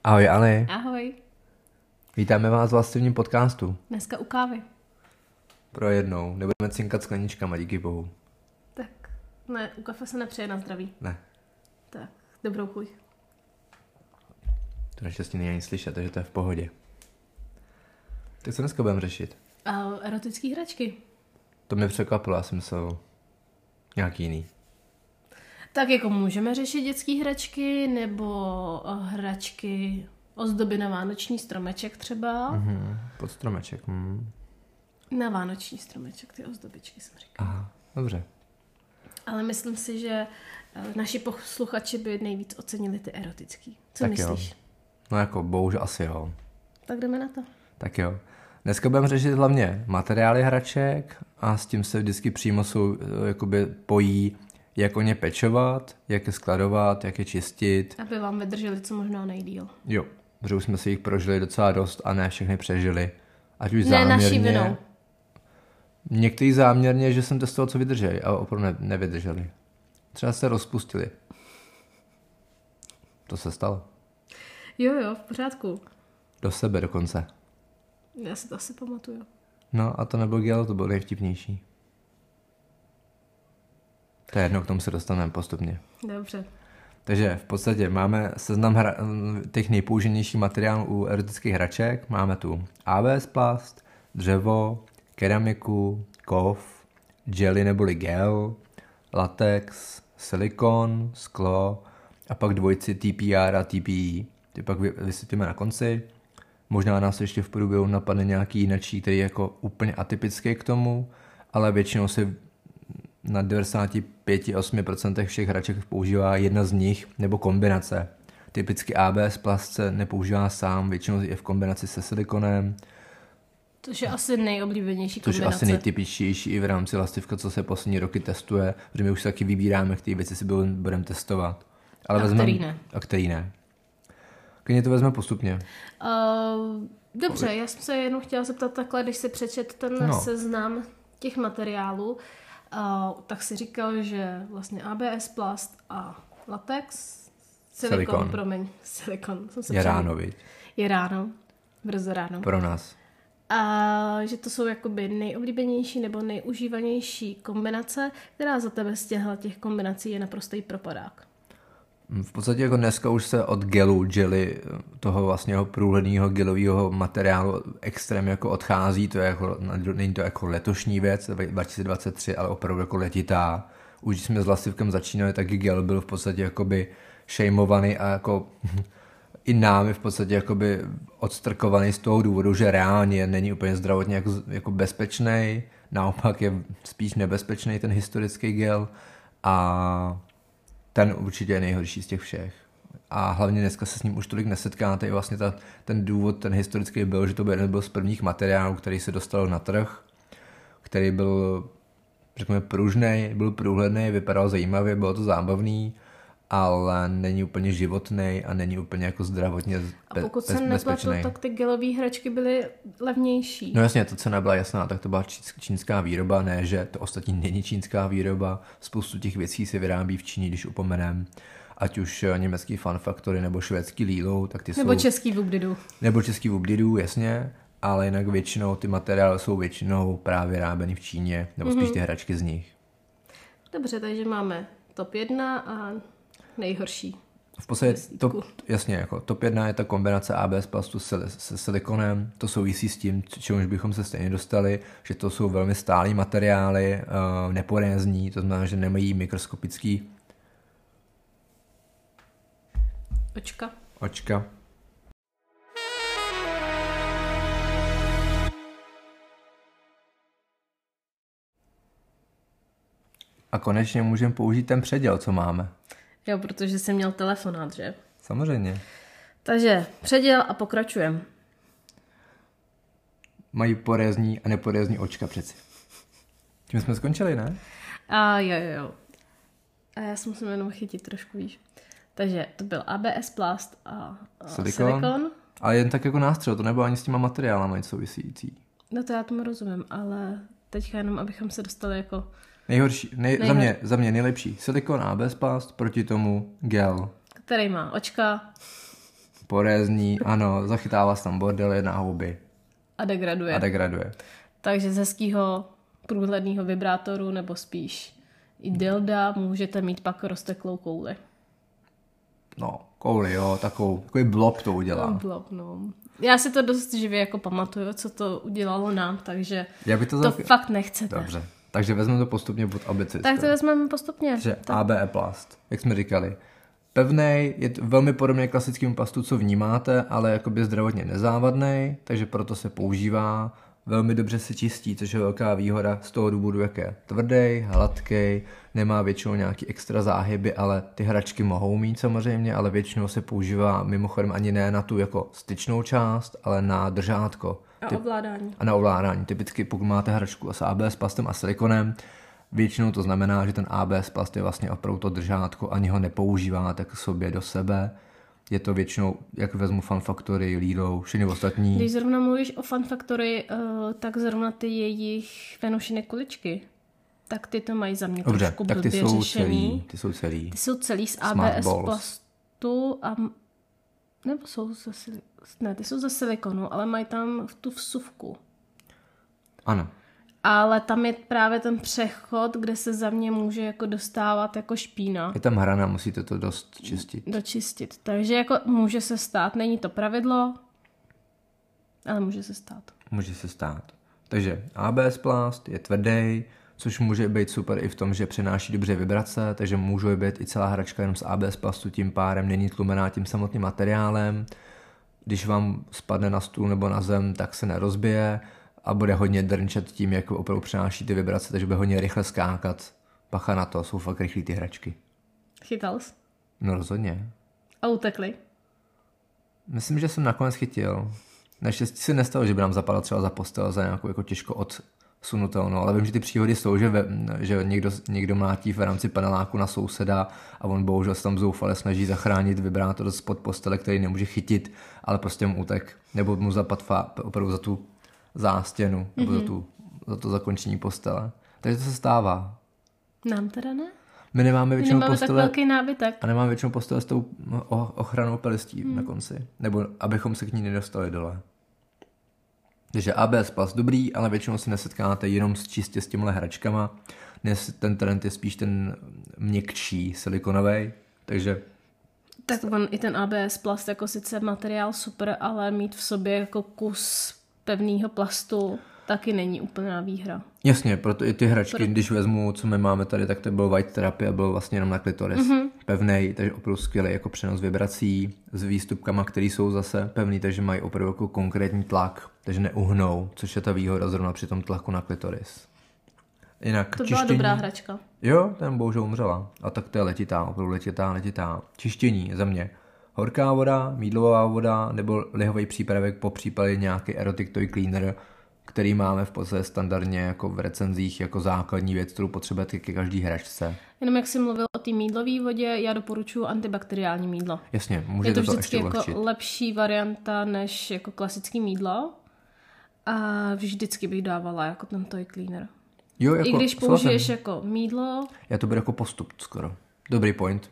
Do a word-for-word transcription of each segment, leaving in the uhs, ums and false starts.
Ahoj Ali. Ahoj. Vítáme vás v vlastním podcastu. Dneska u kávy. Pro jednou. Nebudeme cinkat skleničkama, díky bohu. Tak, ne, u kafe se nepřeje na zdraví. Ne. Tak, dobrou chuť. To naštěstí není ani slyšet, takže to je v pohodě. Tak co dneska budeme řešit? A erotický hračky. To mě překvapilo, já jsem myslel nějaký jiný. Tak jako můžeme řešit dětský hračky, nebo hračky ozdoby na vánoční stromeček třeba. Mhm, pod stromeček. Mhm. Na vánoční stromeček, ty ozdobičky jsem říkala. Aha, dobře. Ale myslím si, že naši posluchači by nejvíc ocenili ty erotický. Co tak myslíš? Jo. No jako bohužel asi jo. Tak jdeme na to. Tak jo. Dneska budeme řešit hlavně materiály hraček a s tím se vždycky přímo jsou, jakoby pojí, jak o ně pečovat, jak je skladovat, jak je čistit. Aby vám vydrželi co možná nejdýl. Jo, protože už jsme si jich prožili docela dost a ne všechny přežili. Ať už ne záměrně. naší vinou. Některý záměrně, že jsem testoval, co vydrželi a opravdu ne, nevydrželi. Třeba se rozpustili. To se stalo. Jo, jo, v pořádku. Do sebe dokonce. Já si to asi pamatuju. No a to nebyl gel, to bylo nejvtipnější. To je jedno, k tomu se dostaneme postupně. Dobře. Takže v podstatě máme seznam hra- těch nejpouženějších materiálů u erotických hraček. Máme tu á bé es plast, dřevo, keramiku, kov, jelly neboli gel, latex, silikon, sklo a pak dvojci T P R a T P E. Ty pak vysvětlíme na konci. Možná nás ještě v průběhu napadne nějaký jinačí, který je jako úplně atypický k tomu, ale většinou se na devadesát pět až osm procent všech hraček používá jedna z nich nebo kombinace. Typicky á bé es plast se nepoužívá sám, většinou je v kombinaci se silikonem. Což je asi nejoblíbenější Což kombinace. je asi nejtypičtější i v rámci lastivka, co se poslední roky testuje, protože my už taky vybíráme, které věci si budeme testovat. Ale a vezmem, který ne. A který ne. Klidně to vezmeme postupně. Uh, dobře, já jsem se jenom chtěla zeptat takhle, když si přečet ten no. seznam těch materiálů, uh, tak si říkal, že vlastně á bé es plast a latex, silikon, Silikon. promiň, silikon. Jsem se Je přijel. ráno, viď? Je ráno, brzo ráno. Pro nás. A že to jsou jakoby nejoblíbenější nebo nejužívanější kombinace, která za tebe z těchto těch kombinací je naprostý propadák. V podstatě jako dneska už se od gelu, jelly, toho vlastně průhledného gelového materiálu extrémně jako odchází, to je jako, není to jako letošní věc, dva tisíce dvacet tři, ale opravdu jako letitá. Už když jsme s lastivkem začínali, tak gel byl v podstatě jakoby šejmovaný a jako i námi v podstatě jakoby odstrkovaný z toho důvodu, že reálně není úplně zdravotně jako, jako bezpečný, naopak je spíš nebezpečný ten historický gel a ten určitě je nejhorší z těch všech. A hlavně dneska se s ním už tolik nesetkáte. I vlastně ta, ten důvod, ten historický byl, že to byl jeden byl z prvních materiálů, který se dostal na trh, který byl, řekněme, pružnej, byl průhledný, vypadal zajímavě, bylo to zábavný, ale není úplně životný a není úplně jako zdravotně be- A pokud bez, jsem bezpečný. nepletl, tak ty gelové hračky byly levnější. No jasně, ta cena byla jasná, tak to byla čínská výroba, ne, že to ostatní není čínská výroba. Spoustu těch věcí se vyrábí v Číně, když upomenem. Ať už německý Fun Factory nebo švédský Lidl, tak ty nebo jsou... český Vubdidu. Nebo český Vubdidu, jasně, ale jinak většinou ty materiály jsou většinou právě vyráběny v Číně, nebo spíš ty hračky z nich. Dobře, takže máme top jedna a nejhorší. V podstatě top, jasně, jako top jedna je ta kombinace á bé es plastu se, se silikonem, to souvisí s tím, čemuž bychom se stejně dostali, že to jsou velmi stálý materiály, uh, neporézní, to znamená, že nemají mikroskopický Očka. očka. A konečně můžeme použít ten předěl, co máme. Jo, protože jsi měl telefonát, že? Samozřejmě. Takže předěl a pokračujeme. Mají porézní a neporézní očka přeci. Tím jsme skončili, ne? A jo, jo, jo. A já si musím jenom chytit trošku, víš. Takže to byl á bé es plast a, a silikon. silikon. Ale jen tak jako nástřel, to nebylo ani s těma materiálama nic souvisící. No to já tomu rozumím, ale teďka jenom, abychom se dostali jako... Nejhorší, nej, Nejhor... za, mě, za mě nejlepší silikon á bé es plast, proti tomu gel. Který má očka. Porézní, ano, zachytává se tam bordely na houby. A degraduje. A degraduje. Takže z hezkýho průhledného vibrátoru nebo spíš i dilda můžete mít pak rozteklou kouli. No, kouli, jo, takovou, takový blob to udělá. No, blob, no. Já si to dost živě jako pamatuju, co to udělalo nám, takže Já by to, to za... fakt nechcete. Dobře, takže vezmeme to postupně pod abecedou. Tak to vezmeme postupně. Takže tak. A B E plast, jak jsme říkali. Pevnej, je to velmi podobný klasickému plastu, co vnímáte, ale jakoby zdravotně nezávadný, takže proto se používá. Velmi dobře se čistí, což je velká výhoda z toho důvodu, jak je tvrdý, hladký, nemá většinou nějaký extra záhyby, ale ty hračky mohou mít samozřejmě, ale většinou se používá mimochodem ani ne na tu jako styčnou část, ale na držátko. A ovládání. A na ovládání. Typicky pokud máte hračku s A B S plastem a silikonem, většinou to znamená, že ten A B S plast je vlastně opravdu to držátko, ani ho nepoužíváte k sobě do sebe. Je to většinou, jak vezmu Fun Factory, Lidl, všechny ostatní. Když zrovna mluvíš o Fun Factory, uh, tak zrovna ty jejich Venušiny kuličky, tak ty to mají za mě Dobře, trošku tak ty blbě jsou řešený. celý, ty jsou celý. Ty jsou celý z Smart A B S balls. plastu a nebo jsou ze silikonu. Ne, ty jsou ze silikonu, ale mají tam tu vsuvku. Ano. Ale tam je právě ten přechod, kde se za mě může jako dostávat jako špína. Je tam hrana, musíte to dost čistit. Dočistit. Takže jako může se stát. Není to pravidlo, ale může se stát. Může se stát. Takže A B S plast je tvrdý, což může být super i v tom, že přenáší dobře vibrace, takže může být i celá hračka jenom z A B S plastu, tím pádem není tlumená tím samotným materiálem. Když vám spadne na stůl nebo na zem, tak se nerozbije a bude hodně drnčet tím, jak opravdu přenáší ty vibrace, takže bude hodně rychle skákat. Bacha na to, jsou fakt rychlý ty hračky. Chytal jsi? No rozhodně. A utekli? Myslím, že jsem nakonec chytil. Naštěstí se nestalo, že by nám zapadal třeba za postel za nějakou jako těžko odsunutelnou, ale vím, že ty příhody jsou, že, ve, že někdo, někdo mlátí v rámci paneláku na souseda a on bohužel se tam zoufale snaží zachránit vibrátor spod postele, který nemůže chytit, ale prostě mu utek, nebo mu zapad opravdu za tu zástěnu, nebo mm-hmm. za, tu, za to zakončení postele. Takže to se stává. Nám teda ne? My nemáme většinou nemáme postele, tak velký nábytek. A nemáme většinou postele s tou ochranou pelistí hmm. na konci. Nebo abychom se k ní nedostali dole. Takže A B S plast dobrý, ale většinou si nesetkáte jenom s, čistě s těmhle hračkama. Dnes ten trend je spíš ten měkčí silikonový, takže... Tak on i ten A B S plast jako sice materiál super, ale mít v sobě jako kus pevného plastu taky není úplná výhra. Jasně, proto i ty hračky, Pro... když vezmu, co my máme tady, tak to byl White Therapy a byl vlastně jenom na klitoris. Mm-hmm. Pevnej, takže opravdu skvělý jako přenos vibrací s výstupkama, které jsou zase pevný, takže mají opravdu jako konkrétní tlak, takže neuhnou, což je ta výhoda zrovna při tom tlaku na klitoris. Jinak to byla čištění... dobrá hračka. Jo, ten bohužel umřela. A tak to je letitá, opravdu letitá, letitá. Čištění za mě. Horká voda, mýdlová voda nebo lihový přípravek, po případě nějaký erotic toy cleaner, který máme v podstatě standardně jako v recenzích jako základní věc, kterou potřebujete ke každý hračce. Jenom jak jsi mluvil o té mýdlové vodě, já doporučuji antibakteriální mýdlo. Jasně, může to, to vždycky jako ulehčit. lepší varianta než jako klasický mýdlo a vždycky bych dávala jako ten toy cleaner. Jo, jako, I když použiješ jako mýdlo. Já to beru jako postup skoro. Dobrý point.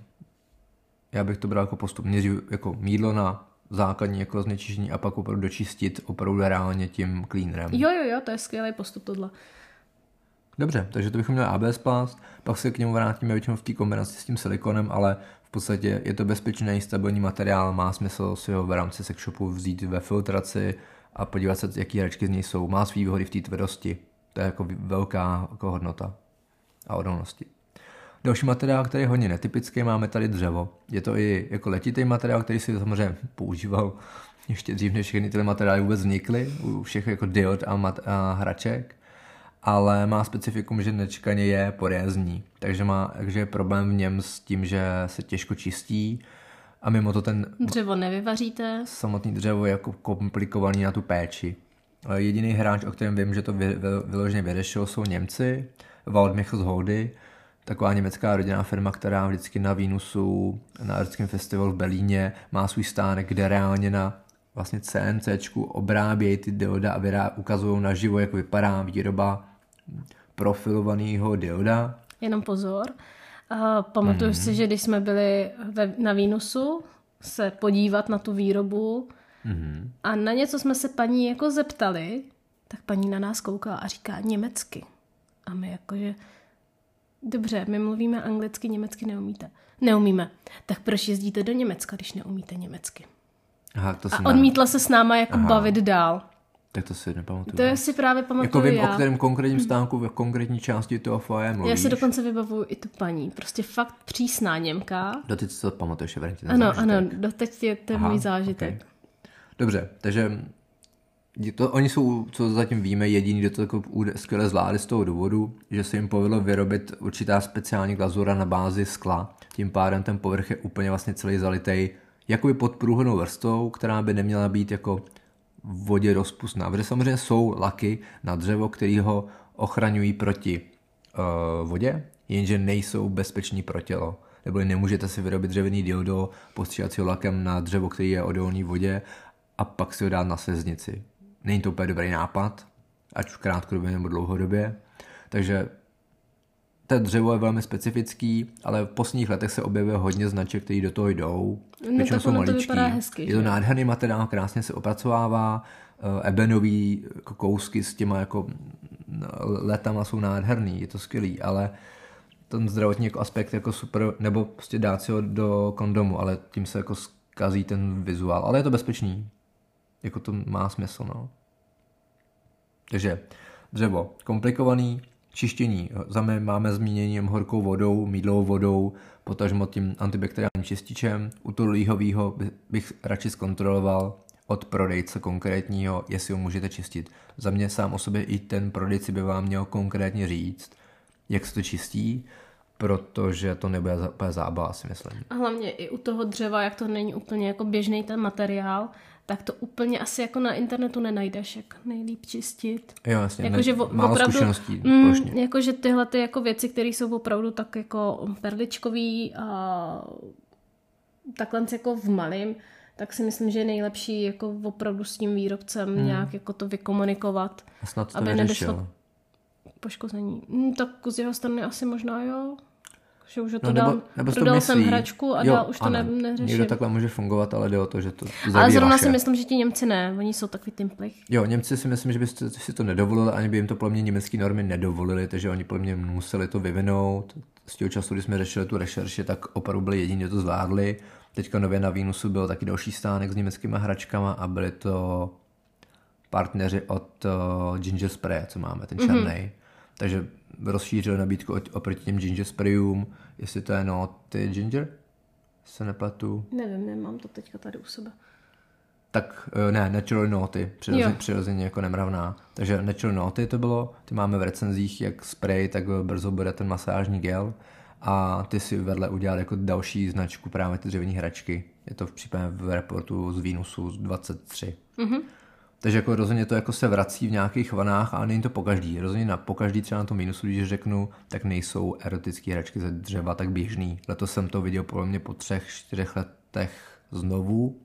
Já bych to bral jako postup. Nejdřív jako mýdlo na základní jako znečištění a pak opravdu dočistit opravdu reálně tím cleanerem. Jo, jo, jo, to je skvělý postup tohle. Dobře, takže to bychom měli A B S plast, pak se k němu vrátíme většinou v té kombinaci s tím silikonem, ale v podstatě je to bezpečný, stabilní materiál, má smysl si ho v rámci sex shopu vzít ve filtraci a podívat se, jaký hračky z něj jsou. Má svý výhody v té tvrdosti, to je jako velká jako hodnota a odolnosti. Další materiál, který je hodně netypický, máme tady dřevo. Je to i jako letitý materiál, který si samozřejmě používal ještě dřív, než všechny tyhle materiály vůbec vznikly, u všech jako diod a, mat- a hraček, ale má specifikum, že nečekaně je porézní, takže, má, takže je problém v něm s tím, že se těžko čistí a mimo to ten dřevo nevyvaříte. Samotný dřevo je jako komplikovaný na tu péči. Jediný hráč, o kterém vím, že to vy, vy, vyloženě vyřešil, jsou Němci, Waldmichelsholdy, taková německá rodinná firma, která vždycky na Vínusu, na Artském festivalu v Berlíně má svůj stánek, kde reálně na vlastně CNCčku obrábějí ty dioda a vyrá, ukazují naživo, jak vypadá výroba profilovaného dioda. Jenom pozor. Uh, pamatuju hmm. si, že když jsme byli ve, na Vínusu, se podívat na tu výrobu mm-hmm. a na něco jsme se paní jako zeptali, tak paní na nás koukala a říká německy. A my jakože, dobře, my mluvíme anglicky, německy neumíte. Neumíme. Tak proč jezdíte do Německa, když neumíte německy? Aha, to a odmítla se s náma jako Aha. bavit dál. Tak to si nepamatuju. To si právě pamatuju Jako vím, já. o kterém konkrétním stánku v konkrétní části toho foaje mluvíš. Já si dokonce vybavuju i tu paní. Prostě fakt přísná Němka. Doteď si to pamatuješ, Evrentin, Ano, zážitek. Ano, doteď je to můj zážitek. Okay. Dobře, takže to, oni jsou, co zatím víme, jediný, kdo to jako skvěle zvládli z toho důvodu, že se jim povedlo vyrobit určitá speciální glazura na bázi skla. Tím pádem ten povrch je úplně vlastně celý zalitej jakoby pod průhlednou vrstvou, která by neměla být jako v vodě rozpustná. Protože samozřejmě jsou laky na dřevo, které ho ochraňují proti uh, vodě, jenže nejsou bezpeční pro tělo. Nebo nemůžete si vyrobit dřevěný dildo postříhacího lakem na dřevo, který je odolný vodě a pak si ho dát na sleznici. Není to úplně dobrý nápad, ať už krátkodobě nebo dlouhodobě. Takže to dřevo je velmi specifický, ale v posledních letech se objevuje hodně značek, které do toho jdou. No tak ono to vypadá hezky. Je to nádherný materiál, krásně se opracovává, ebenový kousky s těma jako letama jsou nádherný, je to skvělý, ale ten zdravotní jako aspekt jako super, nebo prostě dát si ho do kondomu, ale tím se jako zkazí ten vizuál, ale je to bezpečný. Jako to má smysl, no. Takže dřevo komplikovaný, čištění. Za mě máme zmíněním horkou vodou, mýdlovou vodou, potažmo tím antibakteriálním čističem. U toho líhovýho bych radši zkontroloval od prodejce konkrétního, jestli ho můžete čistit. Za mě sám o sobě i ten prodejci by vám měl konkrétně říct, jak se to čistí, protože to nebude úplně zábava, si myslím. A hlavně i u toho dřeva, jak to není úplně jako běžný ten materiál, tak to úplně asi jako na internetu nenajdeš, jak nejlíp čistit. Jo, jasně, jako, ne, že málo opravdu, zkušeností. Mm, jakože tyhle ty jako věci, které jsou opravdu tak jako perličkový a takhle jako v malým, tak si myslím, že je nejlepší jako opravdu s tím výrobcem hmm. nějak jako to vykomunikovat. A snad to aby neřešil. nedošlo k poškození. Hmm, tak z jeho strany asi možná jo. Že už to no, dal, nebo, nebo prodal myslí. jsem hračku a jo, dál už to ne, neřeším. Někdo takhle může fungovat, ale jde o to, že to zavíraše. Ale zrovna si myslím, že ti Němci ne. Oni jsou takový tymplich. Jo, Němci si myslím, že byste si to nedovolili, ani by jim to podle mě německé normy nedovolili, takže oni podle mě museli to vyvinout. Z toho času, kdy jsme řešili tu rešerši, tak opravdu byli jediní, kdo to zvládli. Teďka nově na Vínusu byl taky další stánek s německýma hračkama a byli to partneři od uh, Ginger Spray, co máme, ten černý. Mm-hmm. Takže rozšířili nabídku oproti těm Ginger Sprayům, jestli to je Naughty Ginger, se nepletu. Nevím, nemám to teďka tady u sebe. Tak ne, Natural Naughty, přirozeně, přirozeně jako nemravná. Takže Natural Naughty to bylo, ty máme v recenzích jak spray, tak brzo bude ten masážní gel a ty si vedle udělal jako další značku právě ty dřevění hračky. Je to v případě v reportu z Vínusu z dvacet tři. Mm-hmm. Takže jako rozhodně to jako se vrací v nějakých vanách, ale není to pokaždý. Rozhodně na pokaždý třeba na tom Mínusu, když řeknu, tak nejsou erotické hračky ze dřeva tak běžný. Letos jsem to viděl podle mě po třech, čtyřech letech znovu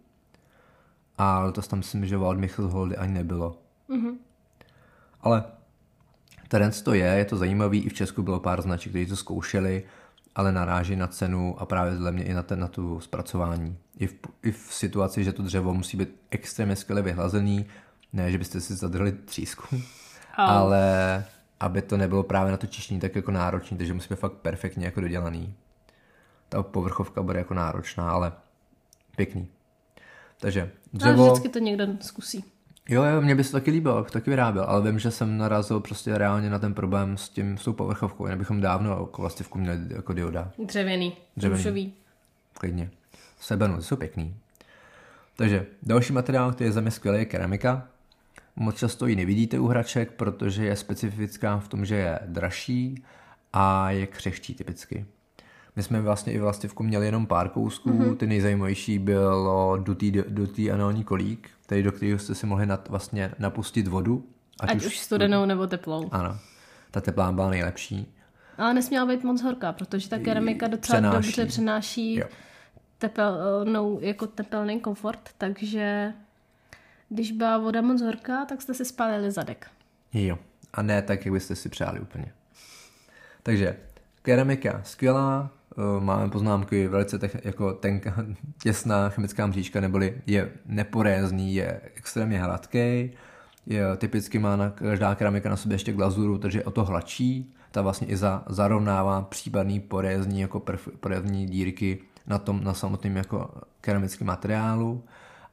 a letos tam myslím, že Wild Michels Holdy ani nebylo. Mm-hmm. Ale ten to je, je to zajímavý, i v Česku bylo pár značek, kteří to zkoušeli, ale naráží na cenu a právě dle mě i na, ten, na tu zpracování. I v, I v situaci, že to dřevo musí být extrémně skvěle vyhlazený, ne, že byste si zadrhli třísku, oh. ale aby to nebylo právě na to čištění tak jako náročný, takže musí být fakt perfektně jako dodělaný. Ta povrchovka bude jako náročná, ale pěkný. Takže dřevo... Ale vždycky to někdo zkusí. Jo, jo, mě by se taky líbilo, abych taky vyráběl, ale vím, že jsem narazil prostě reálně na ten problém s tím, s tou povrchovkou, jinak bychom dávno jako vlastivku měli jako dioda. Dřevěný, růžový. Klidně. Sebenu, ty jsou pěkný. Takže další materiál, který je za mě skvělý, je keramika. Moc často ji nevidíte u hraček, protože je specifická v tom, že je dražší a je křehčí typicky. My jsme vlastně i vlastivku měli jenom pár kousků, mm-hmm. ty nejzajímavější bylo dutý, dutý anální kolík, který do kterého jste si mohli nad, vlastně napustit vodu. Ať, ať už, už studenou nebo teplou. Ano, ta teplá byla nejlepší. Ale nesměla být moc horká, protože ta keramika docela přenáší. dobře přenáší jo. tepelnou, jako tepelný komfort, takže když byla voda moc horká, tak jste si spálili zadek. Jo, a ne tak, jak byste si přáli úplně. Takže keramika skvělá, máme poznámky, velice tech, jako tenká, těsná chemická mřížka, neboli je neporézný, je extrémně hladký, je, typicky má na, každá keramika na sobě ještě glazuru, takže je o to hladší, ta vlastně i za, zarovnává případný porézní, jako perf, porézní dírky na tom, na samotném jako keramickém materiálu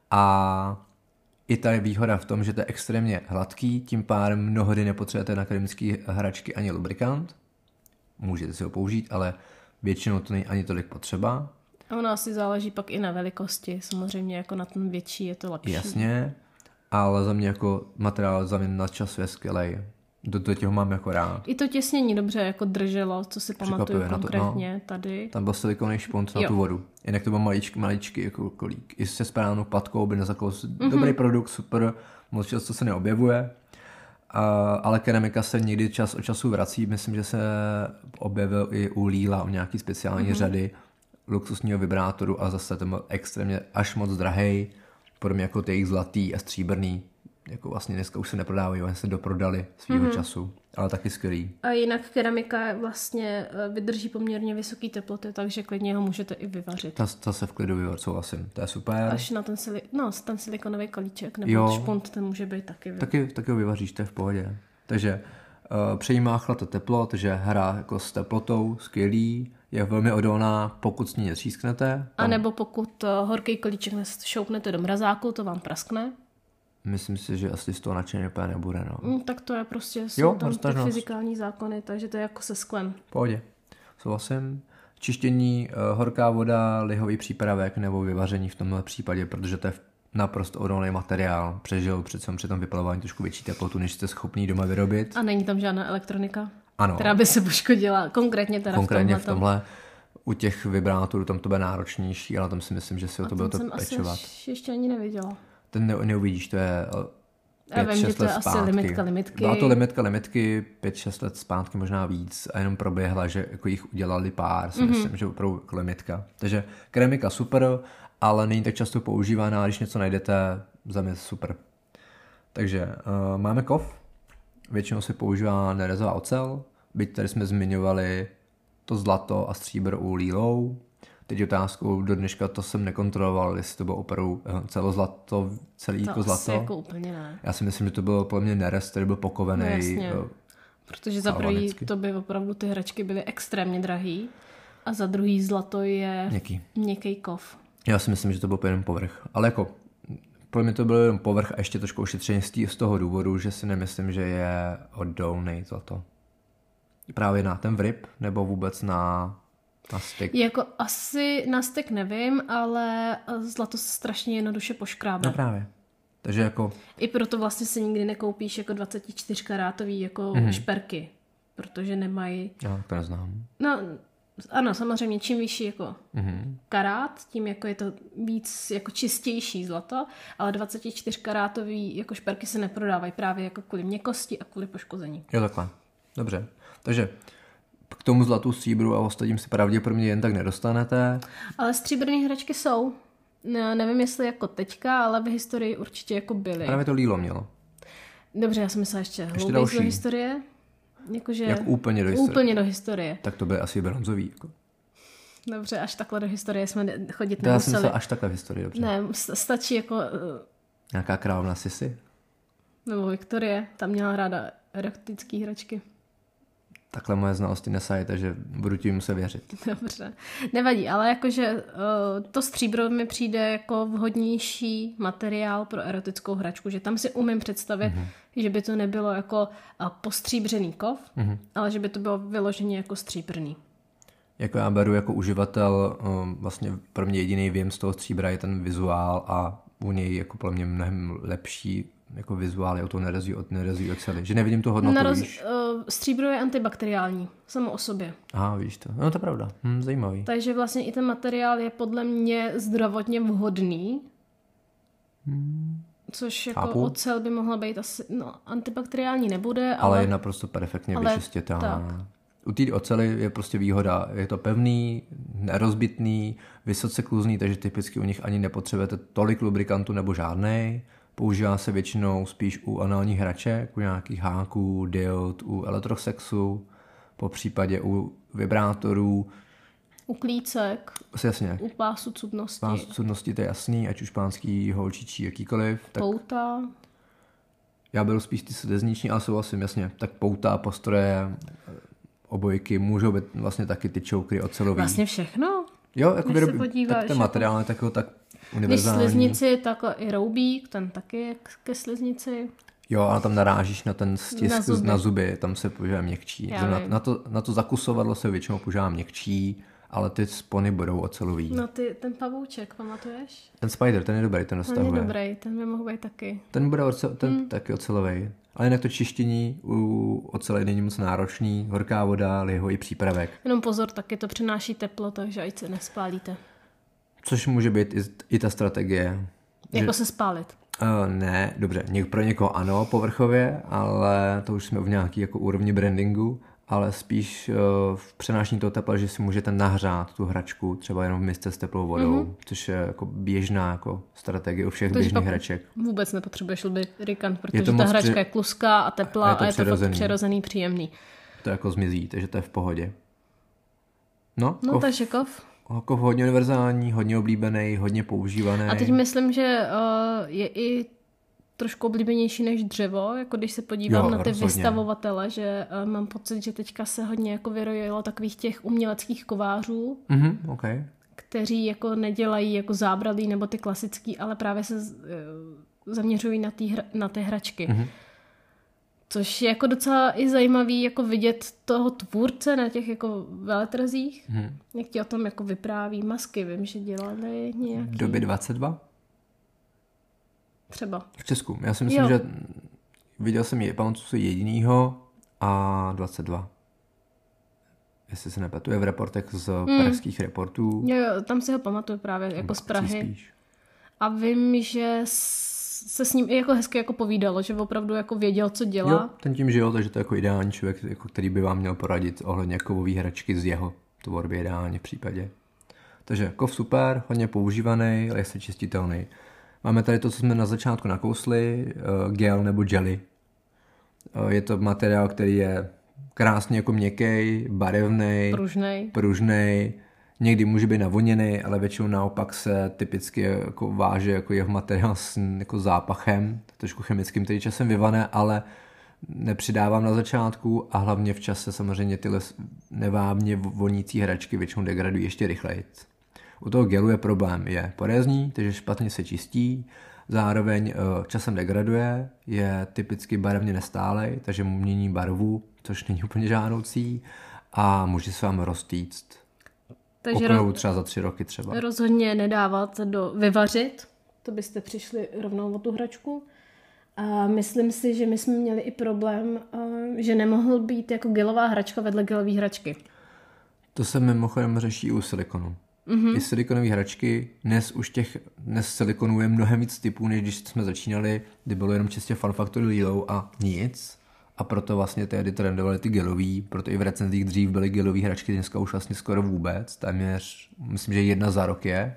a i ta je výhoda v tom, že to je extrémně hladký, tím pádem mnohdy nepotřebujete na keramické hračky ani lubrikant, můžete si ho použít, ale většinou to není ani tolik potřeba. A ono asi záleží pak i na velikosti, samozřejmě jako na ten větší je to lepší. Jasně, ale za mě jako materiál za mě nadčasuje skvělej. Do, do těho mám jako rád. I to těsnění dobře jako drželo, co si pamatuju konkrétně no. tady. Tam byl silikovný špunt na jo. tu vodu. Jinak to byl maličký, maličký jako kolík. I se správnou patkou by nezakous. Mm-hmm. Dobrý produkt, super, moc často se neobjevuje. Uh, ale keramika se někdy čas od času vrací. Myslím, že se objevil i u Líla u nějaký speciální mm-hmm. řady luxusního vibrátoru a zase ten byl extrémně až moc drahej, podobně jako ty jejich zlatý a stříbrný. Jako vlastně dneska už se neprodávají, oni se doprodali svýho mm-hmm. času, ale taky skvělý. A jinak keramika vlastně vydrží poměrně vysoké teploty, takže klidně ho můžete i vyvařit. Ta, ta se v klidu vyvařit, souhlasím, to je super. Až na ten, sili- no, ten silikonový kalíček nebo jo, špunt, ten může být taky. Taky, taky ho vyvaříš, to je v pohodě. Takže uh, přejímá chlad a teplo, takže hra jako s teplotou, skvělý, je velmi odolná, pokud s ní netřísknete. Tam... A nebo pokud uh, horký kalíček šoupnete do mrazáku, to vám praskne. Myslím si, že asi z toho nadšeně úplně nebude, no. Mm, tak to je prostě, jsou jo, tam ty fyzikální zákony, takže to je jako se sklem. Pohodě. Souhlasím. Čištění, uh, horká voda, lihový přípravek nebo vyvaření v tomhle případě, protože to je naprosto odolný materiál. Přežil přece při tom vypalování trošku větší teplotu, než jste schopný doma vyrobit. A není tam žádná elektronika, ano. která by se poškodila, konkrétně teda konkrétně v tomhle. v tomhle. U těch vibrátorů tam to bude náročnější, ale tam si myslím, že si o to bylo to pečovat. Asi ještě ani neviděla. Ten ne, neuvidíš, to je pět šest let zpátky. Asi limitka limitky. Byla to limitka limitky, pět šest let zpátky, možná víc, a jenom proběhla, že jako jich udělali pár, si mm-hmm. myslím, že opravdu limitka. Takže keramika super, ale není tak často používaná, když něco najdete, za mě super. Takže uh, máme kov, většinou se používá nerezová ocel, byť tady jsme zmiňovali to zlato a stříbro u Lílou. Teď otázkou do dneška to jsem nekontroloval, jestli to bylo opravdu celozlato, celý to jako zlato. To asi jako úplně ne. Já si myslím, že to bylo podle mě nerez, který byl pokovený. No jasně, protože za prvý to by opravdu ty hračky byly extrémně drahý a za druhý zlato je měkký, měkký kov. Já si myslím, že to byl jenom povrch, ale jako pro mě to byl jenom povrch a ještě trošku ošetření z toho důvodu, že si nemyslím, že je odolný zlato. Právě na ten vrip nebo vůbec na... Na styk. Jako asi na styk nevím, ale zlato se strašně jednoduše poškrábe. No právě. Takže jako... I proto vlastně si nikdy nekoupíš jako dvacet čtyři karátový jako mm-hmm. šperky, protože nemají... Já to neznám. No ano, samozřejmě čím vyšší jako mm-hmm. karát, tím jako je to víc jako čistější zlato, ale dvacet čtyři karátový jako šperky se neprodávají právě jako kvůli měkkosti a kvůli poškození. Jo, takhle. Dobře. Takže k tomu zlatu, stříbru a ostatním si pravděpodobně jen tak nedostanete. Ale stříbrné hračky jsou. No, nevím, jestli jako teďka, ale v historii určitě jako byly. Právě to Lílo mělo. Dobře, já jsem myslela ještě, ještě hlouběji do historie. Jakože Jak úplně do historie? Úplně do historie. Tak to by asi bronzový. Jako. Dobře, až takhle do historie jsme chodit to nemuseli. Já jsem myslela až takhle v historii, dobře. Ne, stačí jako... Nějaká královna Sisi? Nebo Viktorie, tam měla ráda erotické hračky. Takhle moje znalosti nesají, takže budu ti muset věřit. Dobře. Nevadí, ale jakože uh, to stříbro mi přijde jako vhodnější materiál pro erotickou hračku, že tam si umím představit, mm-hmm. že by to nebylo jako uh, postříbřený kov, mm-hmm. ale že by to bylo vyloženě jako stříbrný. Jako já beru jako uživatel, um, vlastně pro mě jediný věm z toho stříbra je ten vizuál a u něj jako pro mě mnohem lepší jako vizuál, je to nerezí od nerezí oceli. Že nevidím tu hodnotu, roz, víš? Uh, stříbro je antibakteriální, samo o sobě. Aha, víš to. No to je pravda. Hm, zajímavý. Takže vlastně i ten materiál je podle mě zdravotně vhodný. Hmm. Což jako Chápu. ocel by mohla být asi, no antibakteriální nebude, ale... Ale je naprosto perfektně ale vyčistětelná. U té oceli je prostě výhoda. Je to pevný, nerozbitný, vysoce kluzný, takže typicky u nich ani nepotřebujete tolik lubrikantu nebo žádnej. Používá se většinou spíš u análních hraček, u nějakých háků, diod, u elektrosexu, po případě u vibrátorů. U klícek, Asi jasně. u pásu cudnosti. Pásu cudnosti to je jasný, ať už pánský, holčičí, jakýkoliv. Tak pouta. Já byl spíš ty slizniční, ale souhlasím, jasně. Tak pouta, postroje, obojky, můžou být vlastně taky ty čoukry ocelový. Vlastně všechno. Jo, jako Když vyrob... se podíváš, tak ten jako- materiál je takový tak Když univerzální. sliznici, tak i roubík, ten taky je ke sliznici. Jo, ale tam narážíš na ten stisk Na zuby. na zuby, tam se používá měkčí. Já Na, vím. na, to, na to zakusovadlo se většinou používá měkčí, ale ty spony budou ocelový. No ty, ten pavouček, pamatuješ? Ten spider, ten je dobrý, ten Ten je roztahuje. dobrý, ten by mohl být taky. Ten bude oce, ten Hmm. taky ocelový. Ale jinak to čištění u oceli není moc náročný. Horká voda, lihový přípravek. Jenom pozor, taky to přináší teplo, takže ať se nespálíte. Což může být i, i ta strategie. Jako se spálit. Uh, ne, dobře, něk, pro někoho ano, povrchově, ale to už jsme v nějaký jako úrovni brandingu, ale spíš uh, v přenášení toho tepla, že si můžete nahřát tu hračku třeba jenom v misce s teplou vodou, mm-hmm. což je jako běžná jako strategie u všech Takže běžných pak hraček. Vůbec nepotřebuješ lubrikant, protože Je to ta moc hračka při- je kluská a teplá a a je to je to, přirozený. fakt přirozený, příjemný. To jako zmizí, takže to je v pohodě. No, No kov, takže kov. kov hodně univerzální, hodně oblíbený, hodně používaný. A teď myslím, že uh, je i trošku oblíbenější než dřevo, jako když se podívám Jo, na ty rozhodně. vystavovatele, že uh, mám pocit, že teďka se hodně jako vyrojilo takových těch uměleckých kovářů, Mhm, okay. kteří jako nedělají jako zábradlí nebo ty klasický, ale právě se uh, zaměřují na, tý hra, na ty hračky. Mhm. Což je jako docela i zajímavý jako vidět toho tvůrce na těch jako veletrzích, Mhm. jak ti o tom jako vypráví. Masky, vím, že dělali nějaký. Doby dvacet dva? Třeba. V Česku. Já si myslím, Jo. že viděl jsem je, pamatuju si jedinýho a dvacet dva. Jestli se nepletu, je v reportech z Hmm. pražských reportů. Jo, jo, tam si ho pamatuju právě jako z Prahy. Spíš. A vím, že s- se s ním i jako hezky jako povídalo, že opravdu jako věděl, co dělá. Jo, ten tím žil, takže to je jako ideální člověk, jako který by vám měl poradit ohledně kovové hračky z jeho tvorby ideálně v případě. Takže kov super, hodně používaný, lehce čistitelný. Máme tady to, co jsme na začátku nakousli, uh, gel nebo jelly. Uh, je to materiál, který je krásně jako měkký, barevný, Pružnej. pružnej, někdy může být navoněný, ale většinou naopak se typicky jako váže jako jeho materiál s jako zápachem, trošku chemickým, který časem vyvane, ale nepřidávám na začátku a hlavně v čase samozřejmě tyhle nevábně vonící hračky většinou degradují ještě rychleji. U toho gelu je problém, je porézní, takže špatně se čistí, zároveň časem degraduje, je typicky barevně nestálej, takže mu mění barvu, což není úplně žádoucí a může se vám roztýct. Takže Oknou třeba za tři roky třeba. rozhodně nedávat do vyvařit, to byste přišli rovnou o tu hračku. A myslím si, že my jsme měli i problém, že nemohl být jako gelová hračka vedle gelové hračky. To se mimochodem řeší u silikonu. Mm-hmm. I silikonové hračky, dnes už těch, dnes silikonů je mnohem víc typů, než když jsme začínali, kdy bylo jenom čistě Fun Factory Lilo a nic. A proto vlastně tehdy trendovaly ty gelový, proto i v recenzích dřív byly gelové hračky, dneska už vlastně skoro vůbec, téměř, myslím, že jedna za rok je.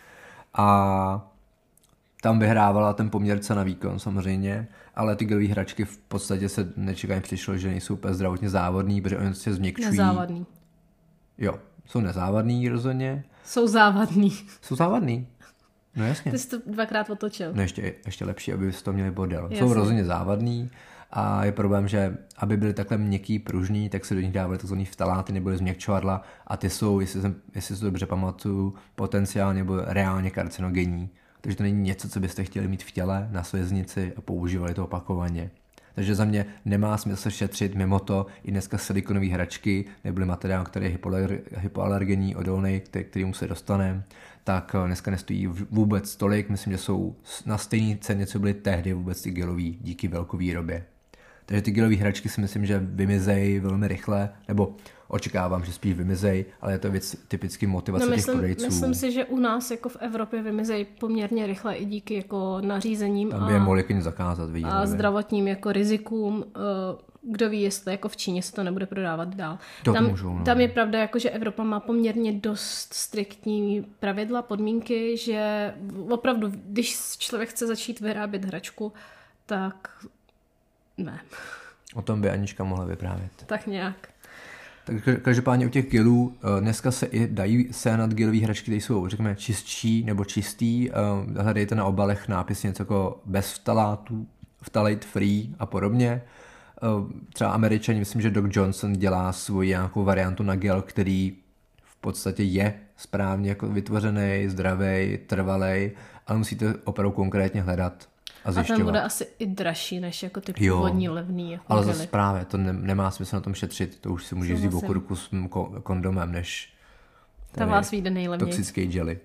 A tam vyhrávala ten poměr cena výkon samozřejmě, ale ty gelové hračky v podstatě se nečekaně přišlo, že nejsou úplně zdravotně závodný, protože oni se změkčují. Nezávadný. Jo, jsou nezávadný rozhodně. Jsou závadný. Jsou závadný. No jasně. Ty jsi to dvakrát otočil. No ještě, ještě lepší, aby z toho měli bordel. Jasně. Jsou rozhodně závadný a je problém, že aby byly takhle měkký, pružný, tak se do nich dávaly tzv. Vtaláty nebo změkčovadla a ty jsou, jestli, jsem, jestli si to dobře pamatuju, potenciálně nebo reálně karcinogenní. Takže to není něco, co byste chtěli mít v těle, na sliznici a používali to opakovaně. Takže za mě nemá smysl šetřit mimo to i dneska silikonové hračky, nebyly materiál, který je hypoalergenní, odolný, který, kterýmu se dostaneme, tak dneska nestojí vůbec tolik. Myslím, že jsou na stejné ceně, co byly tehdy vůbec ty gelový díky velkovýrobě. Takže ty gelové hračky si myslím, že vymizejí velmi rychle, nebo očekávám, že spíš vymizejí, ale je to věc typicky motivace no, těch myslím, prodejců. Myslím si, že u nás jako v Evropě vymizejí poměrně rychle i díky jako nařízením Tam by je mohli klidně zakázat. Vidím, a zdravotním jako rizikům. Kdo ví, jestli jako v Číně se to nebude prodávat dál. To tam, můžou, no. tam je pravda, jako, že Evropa má poměrně dost striktní pravidla, podmínky, že opravdu, když člověk chce začít vyrábět hračku, tak ne. O tom by Anička mohla vyprávět. Tak nějak. Tak každopádně u těch gelů dneska se i dají sehnat gelové hračky, které jsou, řekněme, čistší nebo čistý. Hledejte na obalech nápis něco jako bez vtalátů, vtalate free a podobně. Třeba Američani, myslím, že Doc Johnson dělá svoji nějakou variantu na gel, který v podstatě je správně jako vytvořený, zdravý, trvalý, ale musíte opravdu konkrétně hledat a zjišťovat. A ten bude asi i dražší než jako ty původní levný. Jako ale zase právě, to ne, nemá smysl na tom šetřit, to už si můžeš vzít v ruku s kondomem, než ta vás vyjde nejlevněji. Toxický jelly.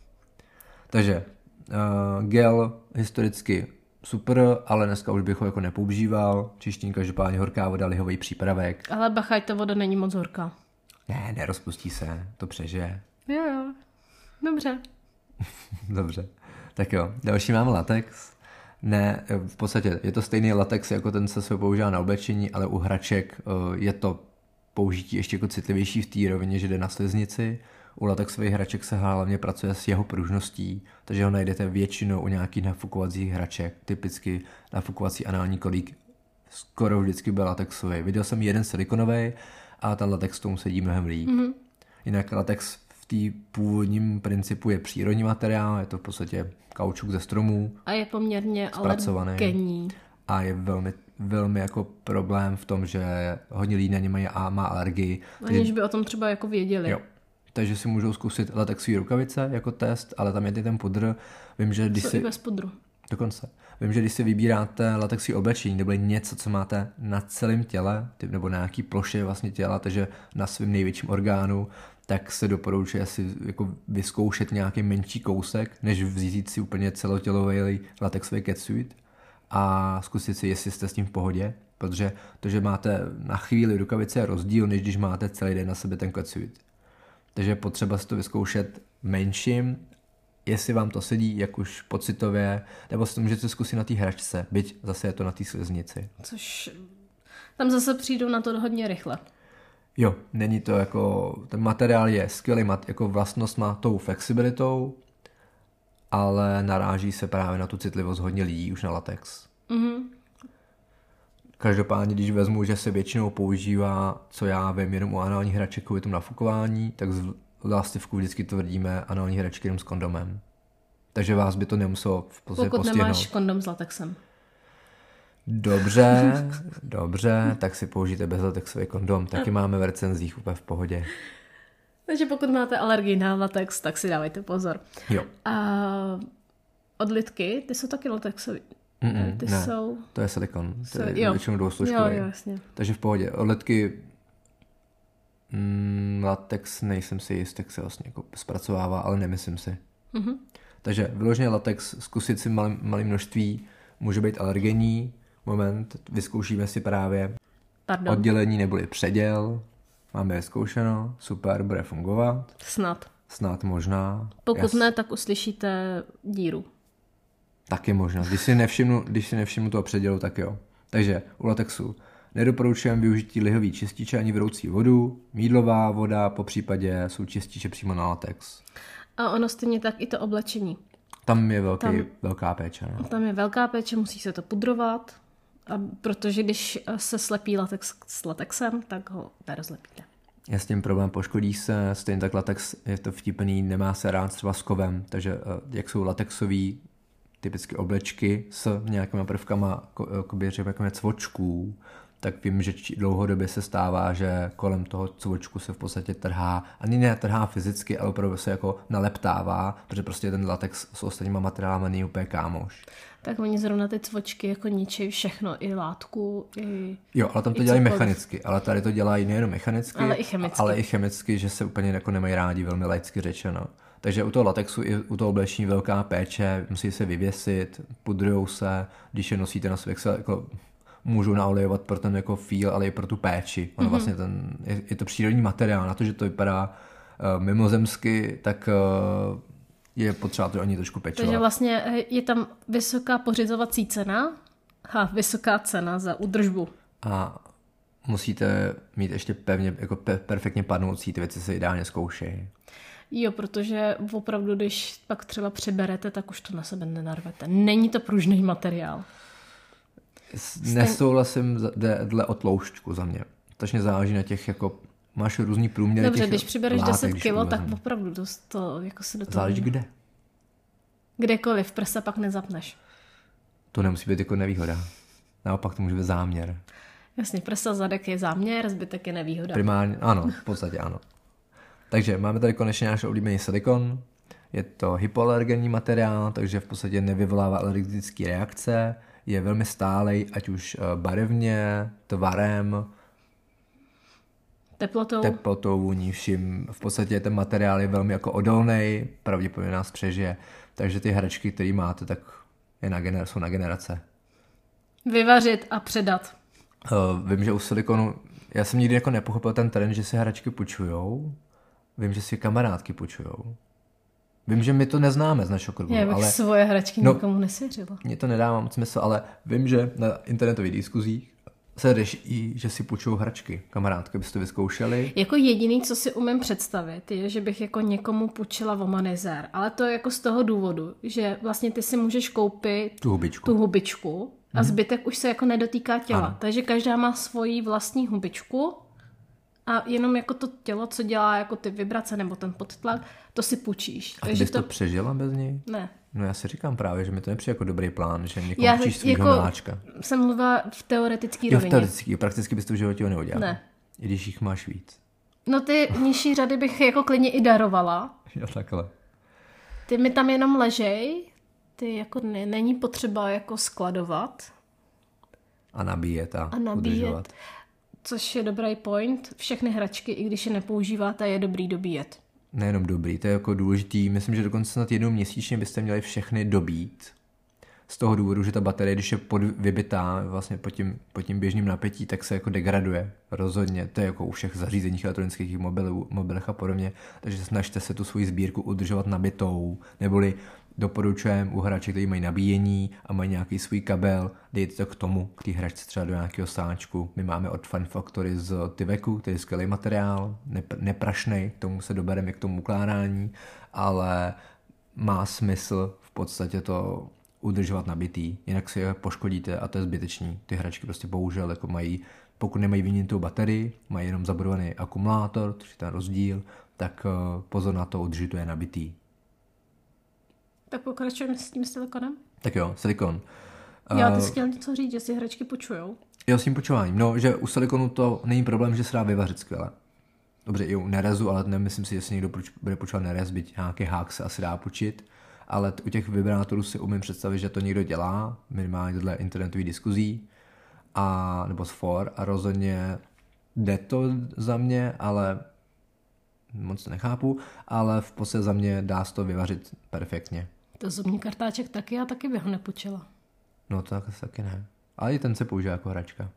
Takže uh, gel historicky super, ale dneska už bych ho jako nepoužíval. Čištění každopádně horká voda, lihový přípravek. Ale bacha, ta voda není moc horká. Ne, nerozpustí se, to přežije. Jo, jo. Dobře. Dobře. Tak jo, další máme latex. Ne, v podstatě je to stejný latex, jako ten, co se používá na oblečení, ale u hraček je to použití ještě jako citlivější v té rovině, že jde na sliznici. U latexových hraček se hlavně pracuje s jeho pružností, takže ho najdete většinou u nějakých nafukovacích hraček, typicky nafukovací anální kolík. Skoro vždycky byl latexový. Viděl jsem jeden silikonový a ten latex tomu sedí mnohem líp. Mm-hmm. Jinak latex v té původním principu je přírodní materiál, je to v podstatě kaučuk ze stromů. A je poměrně alergenní. A je velmi, velmi jako problém v tom, že hodně lidí na ně mají a má alergii. Aniž by o tom třeba jako věděli. Jo. Takže si můžou zkusit latexové rukavice jako test, ale tam je ten pudr. Vím, že když co si... i bez pudru. Dokonce. Vím, že když si vybíráte latexové oblečení, nebo něco, co máte na celém těle, nebo na nějaký ploše vlastně těla, takže na svém největším orgánu, tak se doporučuje si jako vyzkoušet nějaký menší kousek, než vzít si úplně celotělový latexový catsuit a zkusit si, jestli jste s tím v pohodě, protože to, že máte na chvíli rukavice, je rozdíl, než když máte celý den na sebe ten catsuit. Takže je potřeba si to vyzkoušet menším, jestli vám to sedí, jak už pocitově, nebo si to můžete zkusit na té hračce, byť zase je to na té sliznici. Což tam zase přijdou na to hodně rychle. Jo, není to jako, ten materiál je skvělý, mat, jako vlastnost má tou flexibilitou, ale naráží se právě na tu citlivost hodně lidí už na latex. Mm-hmm. Každopádně, když vezmu, že se většinou používá, co já vím, jenom u análních hraček kvůli tomu nafukování, tak z lástivku vždycky tvrdíme anální hračky jenom s kondomem. Takže vás by to nemuselo v podstatě Pokud postihnout. nemáš kondom s latexem. Dobře, dobře, tak si použijte bezlatexový kondom. Taky máme v recenzích úplně v pohodě. Takže pokud máte alergii na latex, tak si dávejte pozor. Jo. A odlitky, ty jsou taky latexový. Mm-mm, ty ne, jsou... to je silikon. To je jo. většinou dvousložkový. Jo, jo, jasně. Takže v pohodě. Odlitky mm, latex nejsem si jist, jak se vlastně jako zpracovává, ale nemyslím si. Mm-hmm. Takže vyloženě latex, zkusit si malé malé množství, může být alergenní. Moment, vyzkoušíme si právě Pardon. oddělení neboli předěl. Máme vyzkoušeno, super, bude fungovat. Snad. Snad možná. Pokud Jas. ne, tak uslyšíte díru. Taky možná. Když si nevšimnu, když si nevšimnu toho předělu, tak jo. Takže u latexu nedoporučujeme využití lihový čističe ani vroucí vodu, mýdlová voda, po případě jsou čističe přímo na latex. A ono stejně tak i to oblečení. Tam je velký, tam, velká péče. No. Tam je velká péče, musí se to pudrovat, a protože když se slepí latex s latexem, tak ho nerozlepíte. Je s tím problém, poškodí se, stejně tak latex je to vtipný, nemá se rád třeba s kovem, takže jak jsou latexový typicky oblečky s nějakýma prvkama řekněme cvočků, tak vím, že dlouhodobě se stává, že kolem toho cvočku se v podstatě trhá, ani ne trhá fyzicky, ale opravdu se jako naleptává, protože prostě ten latex s ostatníma materiálama není úplně kámoš. Tak oni zrovna ty cvočky jako ničí všechno, i látku, i... Jo, ale tam to dělají mechanicky, ale tady to dělají nejenom mechanicky, ale i chemicky. ale i chemicky, že se úplně jako nemají rádi, velmi laicky řečeno. Takže u toho latexu i u toho oblečení velká péče, musí se vyvěsit, pudrujou se, když je nosíte na sobě, jako můžou naolejovat pro ten jako feel, ale i pro tu péči. Ono mm-hmm. vlastně ten, je, je to přírodní materiál, na to, že to vypadá uh, mimozemsky, tak uh, je potřeba to oni trošku pečovat. Takže vlastně je tam vysoká pořizovací cena a vysoká cena za údržbu. A musíte mít ještě pevně, jako pe- perfektně padnoucí, ty věci se ideálně zkoušejí. Jo, protože opravdu, když pak třeba přeberete, tak už to na sebe nenarvete. Není to pružný materiál. Nesouhlasím dle o tloušťku za mě. Tačně záleží na těch jako máš různý průměry. Dobře, když přibereš látek, deset kilo, tak uvezem. opravdu dost to jako se do toho... Záleží kde. Kdekoliv, prsa pak nezapneš. To nemusí být jako nevýhoda. Naopak to může být záměr. Jasně, prsa, zadek je záměr, zbytek je nevýhoda. Primárně, ano, v podstatě ano. Takže máme tady konečně náš oblíbený silikon. Je to hypoalergenní materiál, takže v podstatě nevyvolává alergické reakce. Je velmi stálej, ať už barevně, tvarem, Teplotou. teplotou, vůní, vším. V podstatě ten materiál je velmi jako odolný, pravděpodobně nás přežije. Takže ty hračky, které máte, tak je na gener- jsou na generace. Vyvařit a předat. Uh, vím, že u silikonu, já jsem nikdy jako nepochopil ten trend, že si hračky půjčujou. Vím, že si kamarádky půjčujou. Vím, že my to neznáme z našeho kruhu, Já bych ale svoje hračky no, nikomu nesvěřila. mně to nedává moc smysl, ale vím, že na internetových diskuzích se řeší, že si půjčují hračky. Kamarádky byste to vyzkoušeli. Jako jediný, co si umím představit, je, že bych jako někomu půjčila vomanizér. Ale to je jako z toho důvodu, že vlastně ty si můžeš koupit Tu hubičku. tu hubičku a zbytek už se jako nedotýká těla. Ano. Takže každá má svoji vlastní hubičku a jenom jako to tělo, co dělá jako ty vibrace nebo ten podtlak, to si půjčíš. A ty Takže bys to přežila bez něj? Ne. No já si říkám právě, že mi to nepřijde jako dobrý plán, že někomu Já půjčíš svýho jako miláčka. jsem mluvila v teoretické Jo, v rovině. teoreticky, prakticky bys to v životě neudělal. Ne. I když jich máš víc. No ty nižší řady bych jako klidně i darovala. Jo, takhle. Ty mi tam jenom ležej, ty jako ne, není potřeba jako skladovat A nabíjet a, a nabíjet, udržovat. což je dobrý point. Všechny hračky, i když je nepoužíváte, je dobrý dobíjet. Nejenom dobrý, to je jako důležitý. Myslím, že dokonce snad jednou měsíčně byste měli všechny dobít. Z toho důvodu, že ta baterie, když je pod vybitá vlastně pod tím, pod tím běžným napětí, tak se jako degraduje. Rozhodně. To je jako u všech zařízeních elektronických mobilů, mobilech a podobně. Takže snažte se tu svoji sbírku udržovat nabitou. Neboli doporučujeme u hráček, kteří mají nabíjení a mají nějaký svůj kabel, dejte to k tomu, k té hračce třeba do nějakého sáčku. My máme od Fun Factory z Tyveku, to je skvělý materiál, nep- neprašnej, k tomu se dobereme k tomu ukládání, ale má smysl v podstatě to udržovat nabitý, jinak si je poškodíte a to je zbytečný. Ty hračky prostě bohužel jako mají, pokud nemají vyvinutou baterii, mají jenom zabudovaný akumulátor, což je ten rozdíl, tak pozor na to, udrží to je nabitý. Tak pokračujeme s tím silikonem? Tak jo, silikon. Já ty Uh, jsi chtěl něco říct, že si hračky půjčujou. Jo, s tím počováním. No, že u silikonu to není problém, že se dá vyvařit skvěle. Dobře, i u nerezu, ale nemyslím si, že si někdo bude počovat nerez, byť nějaký hák se asi dá počít. Ale u těch vibrátorů si umím představit, že to někdo dělá, minimálně dle internetových diskuzí, a, nebo z for, a rozhodně jde to za mě, ale moc to nechápu, ale v podstatě za mě dá se to vyvařit perfektně. To zubní kartáček taky, já taky bych ho nepůjčila. No to tak, taky ne. Ale i ten se používá jako hračka.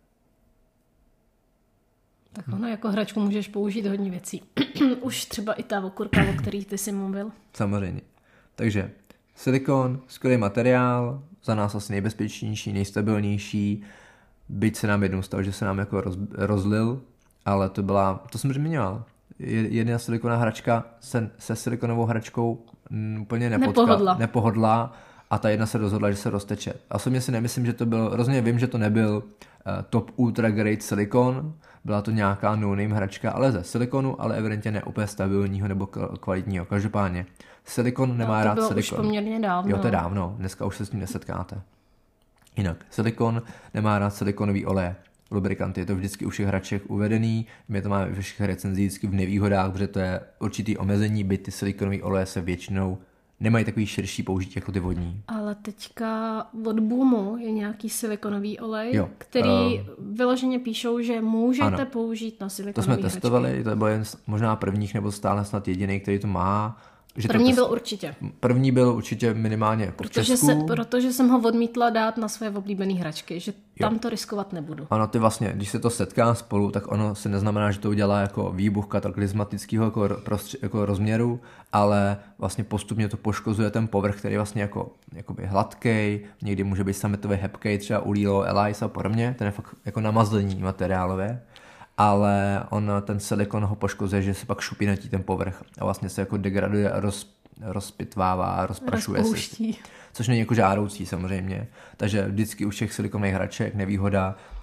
Tak ono jako hračku můžeš použít hodně věcí. Už třeba i ta okurka, o který ty jsi mluvil. Samozřejmě. Takže silikon, skvělý materiál, za nás asi nejbezpečnější, nejstabilnější, byť se nám jednou stalo, že se nám jako roz, rozlil, ale to byla, to jsem zmiňoval, jedna silikonová hračka se, se silikonovou hračkou m, úplně nepotkala, nepohodla. nepohodla a ta jedna se rozhodla, že se rozteče. A osobně si nemyslím, že to byl, rozhodně vím, že to nebyl uh, top ultra great silikon, byla to nějaká no-name hračka, ale ze silikonu, ale evidentně ne úplně stabilního nebo kvalitního. Každopádně silikon nemá no, to rád bylo silikon. už poměrně dávno. Jo, to je dávno, dneska už se s tím nesetkáte. Jinak, silikon nemá rád silikonový oleje. Lubrikanty, je to vždycky u všech hraček uvedený, my to máme ve všech recenzích vždycky v nevýhodách, protože to je určitý omezení, byť ty silikonové oleje se většinou nemají takový širší použití jako ty vodní. Ale teďka od Boomu je nějaký silikonový olej, jo, který uh, vyloženě píšou, že můžete ano, použít na silikonové To jsme testovali, hračky. To byl jen možná prvních nebo stále snad jediný, který to má. Že První to byl určitě. První byl určitě minimálně jako protože v Česku. Se, protože jsem ho odmítla dát na své oblíbené hračky, že tam jo. to riskovat nebudu. Ano, ty vlastně, když se to setká spolu, tak ono se neznamená, že to udělá jako výbuch kataklizmatického jako, prostři, jako rozměru, ale vlastně postupně to poškozuje ten povrch, který je vlastně jako jakoby hladkej, někdy může být sametový hebkej, třeba u Lilo, Elise a podobně, ten je fakt jako namazlení materiálové. Ale on, ten silikon ho poškozuje, že se pak šupinatí ten povrch a vlastně se jako degraduje a roz, rozpitvává, rozprašuje se. Což není jako žádoucí samozřejmě. Takže vždycky u všech silikonových hraček nevýhoda,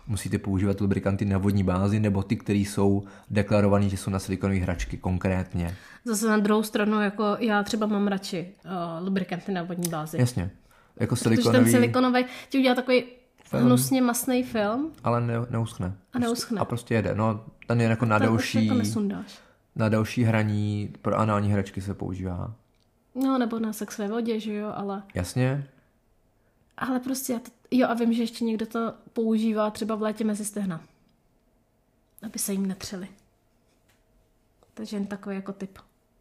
musíte používat lubrikanty na vodní bázi nebo ty, které jsou deklarované, že jsou na silikonové hračky konkrétně. Zase na druhou stranu, jako já třeba mám radši uh, lubrikanty na vodní bázi. Jasně. Jako silikonový... Protože ten silikonový ti udělá takový film, hnusně masný film. Ale ne, neuschne. A neuschne. A prostě jede. No, ten je jako na další, na další hraní, pro anální hračky se používá. No, nebo na sex ve vodě, že jo, ale... Jasně. Ale prostě já to... Jo, a vím, že ještě někdo to používá třeba v létě mezi stehna. Aby se jim netřeli. Takže jen takový jako tip.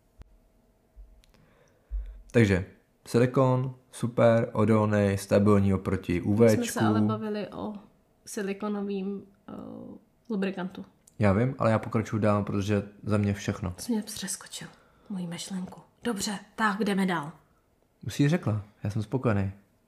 Takže silikon, super, odolný, stabilní oproti UVčku. My jsme se ale bavili o silikonovým uh, lubrikantu. Já vím, ale já pokračuju dál, protože za mě všechno. Jsi mě přeskočil, moji myšlenku. Dobře, tak jdeme dál. Už jsi řekla, já jsem spokojený.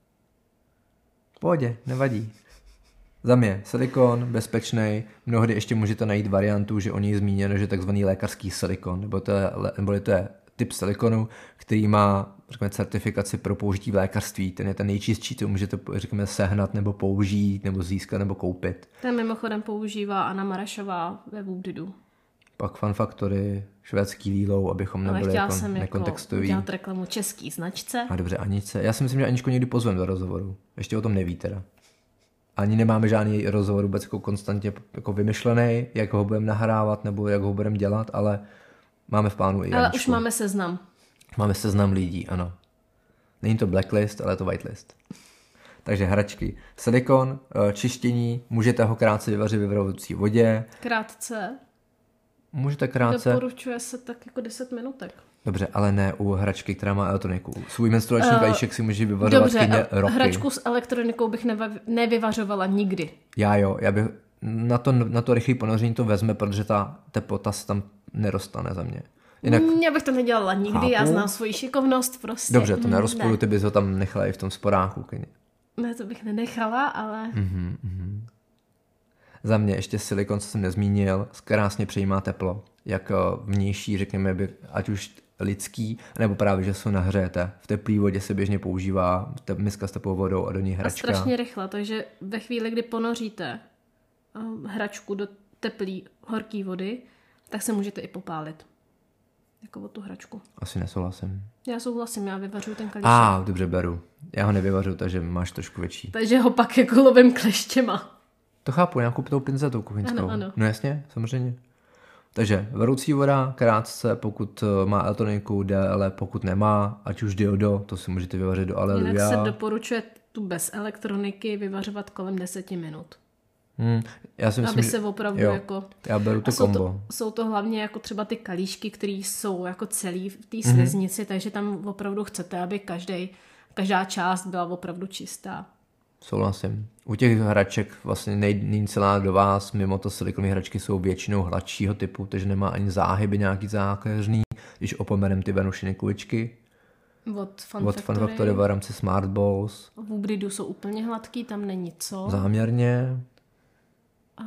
V pohodě, nevadí. Za mě silikon, bezpečný, mnohdy ještě můžete najít variantu, že o něj je zmíněno, že takzvaný lékařský silikon, nebo to je, nebo to je typ silikonu, který má, řekněme, certifikaci pro použití v lékařství. Ten je ten nejčistší, to můžete, řekněme, sehnat nebo použít, nebo získat, nebo koupit. Ten mimochodem používá Anna Marešová ve Woobdidu. Pak Fun Factory, švédský Lilou, abychom nebyli jako nekontextoví. Ale chtěla jsem jako reklamu český značce. A dobře, Aničce. Já si myslím, že Aničku někdy pozvem do rozhovoru. Ještě o tom neví teda. Ani nemáme žádný rozhovor vůbec jako konstantně jako vymyšlený, jak ho budeme nahrávat nebo jak ho budeme dělat, ale máme v plánu i Aničku. Ale už máme seznam. Máme seznam lidí, ano. Není to blacklist, ale je to whitelist. Takže hračky. Silikon, čištění, můžete ho krátce vyvařit ve varující vodě. Krátce? Můžete krátce. Doporučuje se tak jako deset minutek. Dobře, ale ne u hračky, která má elektroniku. Svůj menstruační uh, vajíček si může vyvařovat dobře, roky. Hračku s elektronikou bych neva, nevyvařovala nikdy. Já jo, já bych na to, na to rychlé ponoření to vezme, protože ta teplota se tam nerostane za mě. Jinak... Já bych to nedělala nikdy, chápu. Já znám svoji šikovnost prostě. Dobře, to nerozpůjdu, ne. Ty bys ho tam nechala i v tom sporáku. Kyně. Ne, to bych nenechala, ale... Mm-hmm, mm-hmm. Za mě ještě silikon, co jsem nezmínil, krásně přejímá teplo. Jak vnější, řekněme, ať už lidský, nebo právě, že jsou nahřejete. V teplé vodě se běžně používá miska s teplou vodou a do ní hračka. A strašně rychle, takže ve chvíli, kdy ponoříte hračku do teplé, horké vody, tak se můžete i popálit. Jako o tu hračku. Asi nesouhlasím. Já souhlasím, já vyvařuju ten kalíšek. A, ah, dobře, beru. Já ho nevyvařuju, takže máš trošku větší. Takže ho pak jako lovím kleštěma. To chápu, nějakou tou pinzetou kuchyňskou. Ano, ano. No jasně, samozřejmě. Takže varující voda, krátce, pokud má elektroniku, déle, pokud nemá, ať už diodo, to si můžete vyvařit do aleluja. Jinak se doporučuje tu bez elektroniky vyvařovat kolem deseti minut. Hmm, já si myslím, aby se opravdu jo, jako... Já beru to jsou kombo. To, jsou to hlavně jako třeba ty kalíšky, které jsou jako celý v té sliznici, mm-hmm. takže tam opravdu chcete, aby každý, každá část byla opravdu čistá. Souhlasím. U těch hraček vlastně není celá do vás, mimo to silikonové hračky jsou většinou hladšího typu, takže nemá ani záhyby nějaký zákeřný, když opomenem ty venušiny kuličky. Od Fun Od Factory. Fun Factory v rámci Smart Balls. V Woobdidu jsou úplně hladký, tam není co. Záměrně. A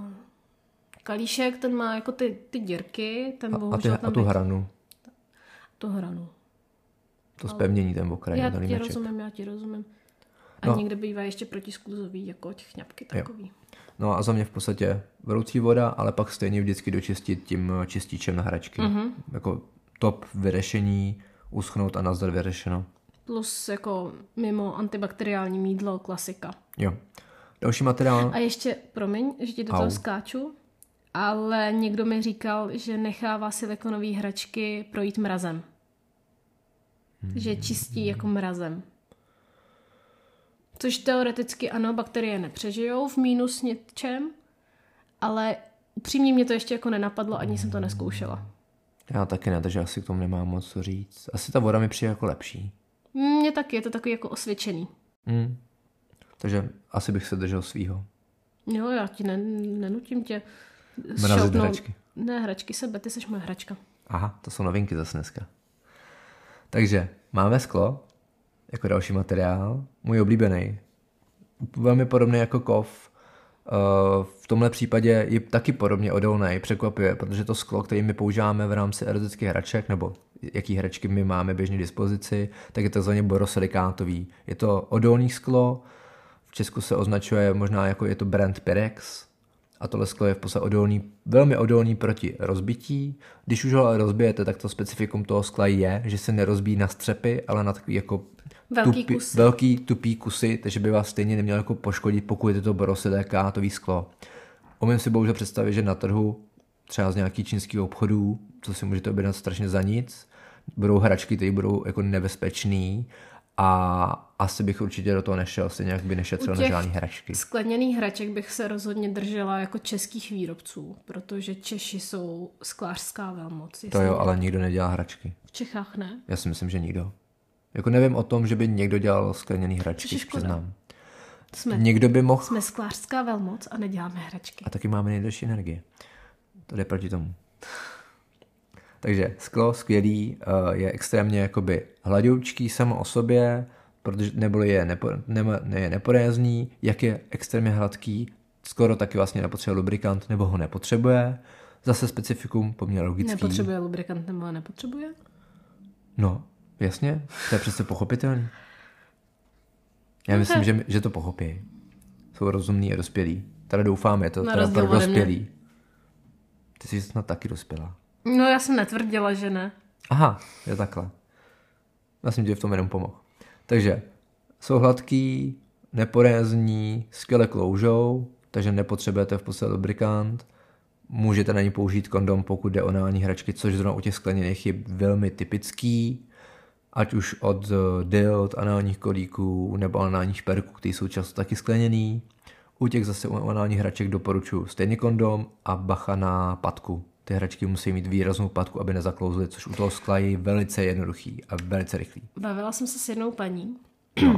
kalíšek, ten má jako ty, ty dírky, ten a, a, ty, a tu hranu. Tu hranu. To zpevnění ten okraj. Já ti rozumím, já ti rozumím. A no. Někde bývá ještě protiskluzový, jako těch chňapky takový. Jo. No a za mě v podstatě varující voda, ale pak stejně vždycky dočistit tím čističem na hračky. Mm-hmm. Jako top vyřešení, uschnout a nazdar vyřešeno. Plus jako mimo antibakteriální mýdlo, klasika. Jo. Další materiál. A ještě, promiň, že ti do toho skáču, ale někdo mi říkal, že nechává silikonové hračky projít mrazem. Hmm. Že čistí jako mrazem. Což teoreticky ano, bakterie nepřežijou v mínus něčem, ale upřímně mě to ještě jako nenapadlo, ani jsem to neskoušela. Já taky ne, takže asi k tomu nemám moc co říct. Asi ta voda mi přijde jako lepší. Mně taky, je to takový jako osvědčený. Hmm. Takže asi bych se držel svýho. Jo, já ti ne, nenutím tě mrazit hračky. Ne, hračky sebe, ty seš moje hračka. Aha, to jsou novinky zase dneska. Takže máme sklo jako další materiál, můj oblíbený. Velmi podobný jako kov. V tomhle případě je taky podobně odolný, překvapuje, protože to sklo, který my používáme v rámci erotických hraček, nebo jaký hračky my máme běžně dispozici, tak je takzvaně borosilikátový. Je to odolný sklo, Česku se označuje možná jako je to brand Pyrex a tohle sklo je v podstatě odolný, velmi odolný proti rozbití. Když už ho ale rozbijete, tak to specifikum toho skla je, že se nerozbíjí na střepy, ale na takový jako velký, tupi, kusy. velký tupý kusy, takže by vás stejně nemělo jako poškodit, pokud je to borosivé kátový sklo. Umím si bohužel představit, že na trhu třeba z nějakých čínských obchodů, co si můžete objednat strašně za nic, budou hračky, které budou jako nebezpečný a asi bych určitě do toho nešel, stejně jak by nešetřil na žádný hračky. Skleněných hraček bych se rozhodně držela jako českých výrobců, protože Češi jsou sklářská velmoc. To jo, ale nikdo nedělá hračky. V Čechách ne? Já si myslím, že nikdo. Jako nevím o tom, že by někdo dělal skleněný hračky, přiznám. Jsme, někdo by mohl... Jsme sklářská velmoc a neděláme hračky. A taky máme nejdelší energie. To jde proti tomu. Takže sklo skvělý, je extrémně jakoby hladoučký samo o sobě, protože neboli je, nepo, ne, ne, je neporézný, jak je extrémně hladký, skoro taky vlastně nepotřebuje lubrikant, nebo ho nepotřebuje. Zase specifikum poměrně logický. Nepotřebuje lubrikant, nebo ho nepotřebuje? No, jasně, to je přece pochopitelný. Já myslím, že, že to pochopí. Jsou rozumný a dospělí. Teda doufám, je to teda pro dospělí. Ty jsi snad taky dospělá. No, já jsem netvrdila, že ne. Aha, je takhle. Já jsem ti v tom jenom pomohl. Takže jsou hladký, neporézní, skvěle kloužou, takže nepotřebujete v podstatě lubrikant. Můžete na ní použít kondom, pokud jde o anální hračky, což zrovna u těch skleněných je velmi typický. Ať už od dild, análních kolíků nebo análních šperků, které jsou často taky skleněný. U těch zase u análních hraček doporučuji stejný kondom a bacha na patku. Ty hračky musí mít výraznou patku, aby nezaklouzly, což u toho skla je velice jednoduchý a velice rychlý. Bavila jsem se s jednou paní, no.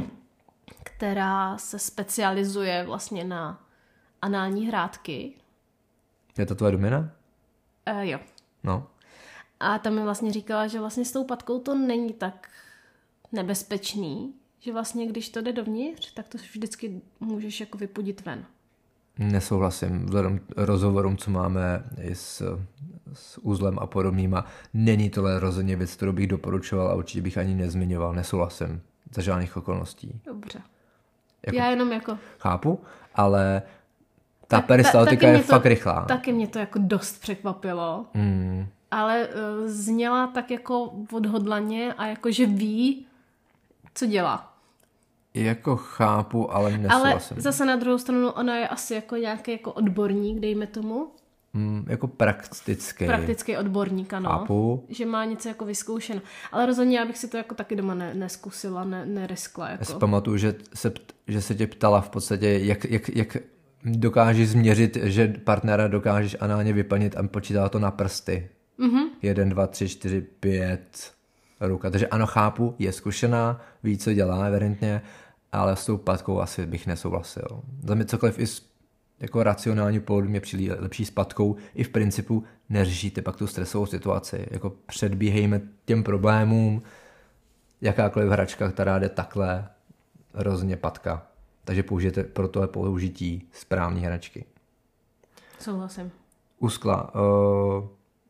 která se specializuje vlastně na anální hrátky. Je to tvoje domina? Uh, jo. No. A tam mi vlastně říkala, že vlastně s tou patkou to není tak nebezpečný, že vlastně když to jde dovnitř, tak to vždycky můžeš jako vypudit ven. Nesouhlasím. Vzhledem rozhovorům, co máme i s, s uzlem a podobnýma, není tohle rozhodně věc, kterou bych doporučoval a určitě bych ani nezmiňoval. Nesouhlasím. Za žádných okolností. Dobře. Jako, Já jenom jako... Chápu, ale ta tak, peristaltika ta, je to, fakt rychlá. Taky mě to jako dost překvapilo. Mm. Ale uh, zněla tak jako odhodlaně a jako, že ví, co dělá. Jako chápu, ale nesouhlasím. Ale zase na druhou stranu ona je asi jako nějaký jako odborník, dejme tomu. Mm, jako praktický. Praktický odborník, ano. Chápu. Že má něco jako vyzkoušeno. Ale rozhodně já bych si to jako taky doma ne, neskusila, ne, neriskla. Jako. Já si pamatuju, že se, že se tě ptala v podstatě, jak, jak, jak dokážeš změřit, že partnera dokážeš análně vyplnit a počítala to na prsty. Mm-hmm. Jeden, dva, tři, čtyři, pět ruka. Takže ano, chápu, je zkušená, ví, co dělá evidentně, ale s tou patkou asi bych nesouhlasil. Za mě cokoliv i s, jako racionální pohledu mě přijde lepší s patkou. I v principu neřešíte pak tu stresovou situaci. Jako předbíhejme těm problémům. Jakákoliv hračka, která jde takhle, rozhodně patka. Takže použijete pro tohle použití správné hračky. Souhlasím. U skla. Uh,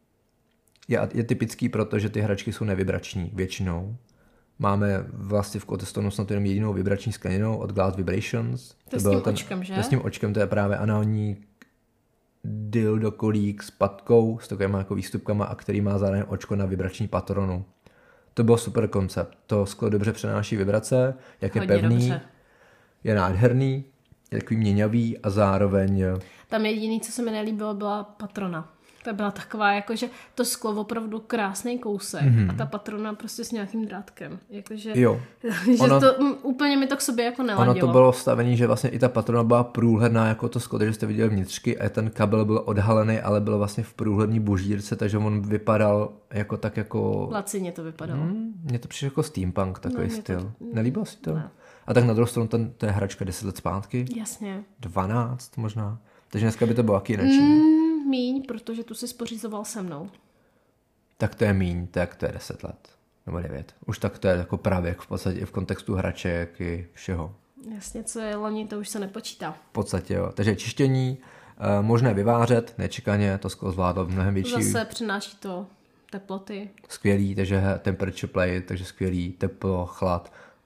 je, je typický, protože ty hračky jsou nevibrační většinou. Máme vlastně v Kotestonu snad jenom jedinou vibrační skleněnou od Glass Vibrations. To, to s tím ten, očkem, že? To s tím očkem, to je právě anální dildo kolík s patkou, s takovýma jako výstupkama a který má zároveň očko na vibrační patronu. To byl super koncept. To sklo dobře přenáší vibrace, jak je Hodně pevný, dobře. Je nádherný, je takový měňavý a zároveň... Tam jediný, co se mi nelíbilo, byla patrona. To byla taková, jakože to sklo opravdu krásný kousek mm-hmm. a ta patrona prostě s nějakým drátkem. Jakože, jo. že ono, to, m, úplně mi to k sobě jako neladilo. Ono to bylo stavení, že vlastně i ta patrona byla průhledná jako to sklo, že jste viděli vnitřky a ten kabel byl odhalený, ale byl vlastně v průhledný bužírce, takže on vypadal jako tak jako... Lacině to vypadalo. Hmm, mně to přišlo jako steampunk, takový no, styl. To... Nelíbilo si to? Ne. A tak na druhou stranu ten, to je hračka deset let zpátky. Jasně. dvanáct možná. Takže dneska by to bylo jaký jináčí. Mm. Míň, protože tu si spořizoval se mnou. Tak to je míň, tak to je deset let. Nebo devět. Už tak to je jako právě v podstatě i v kontextu hraček i všeho. Jasně, co je loni, to už se nepočítá. V podstatě jo. Takže čištění, eh, možné vyvářet, nečekaně, to sklo zvládlo v mnohem větší. Zase přináší to teploty. Skvělý, takže temperature play, takže skvělý, teplo, chlad.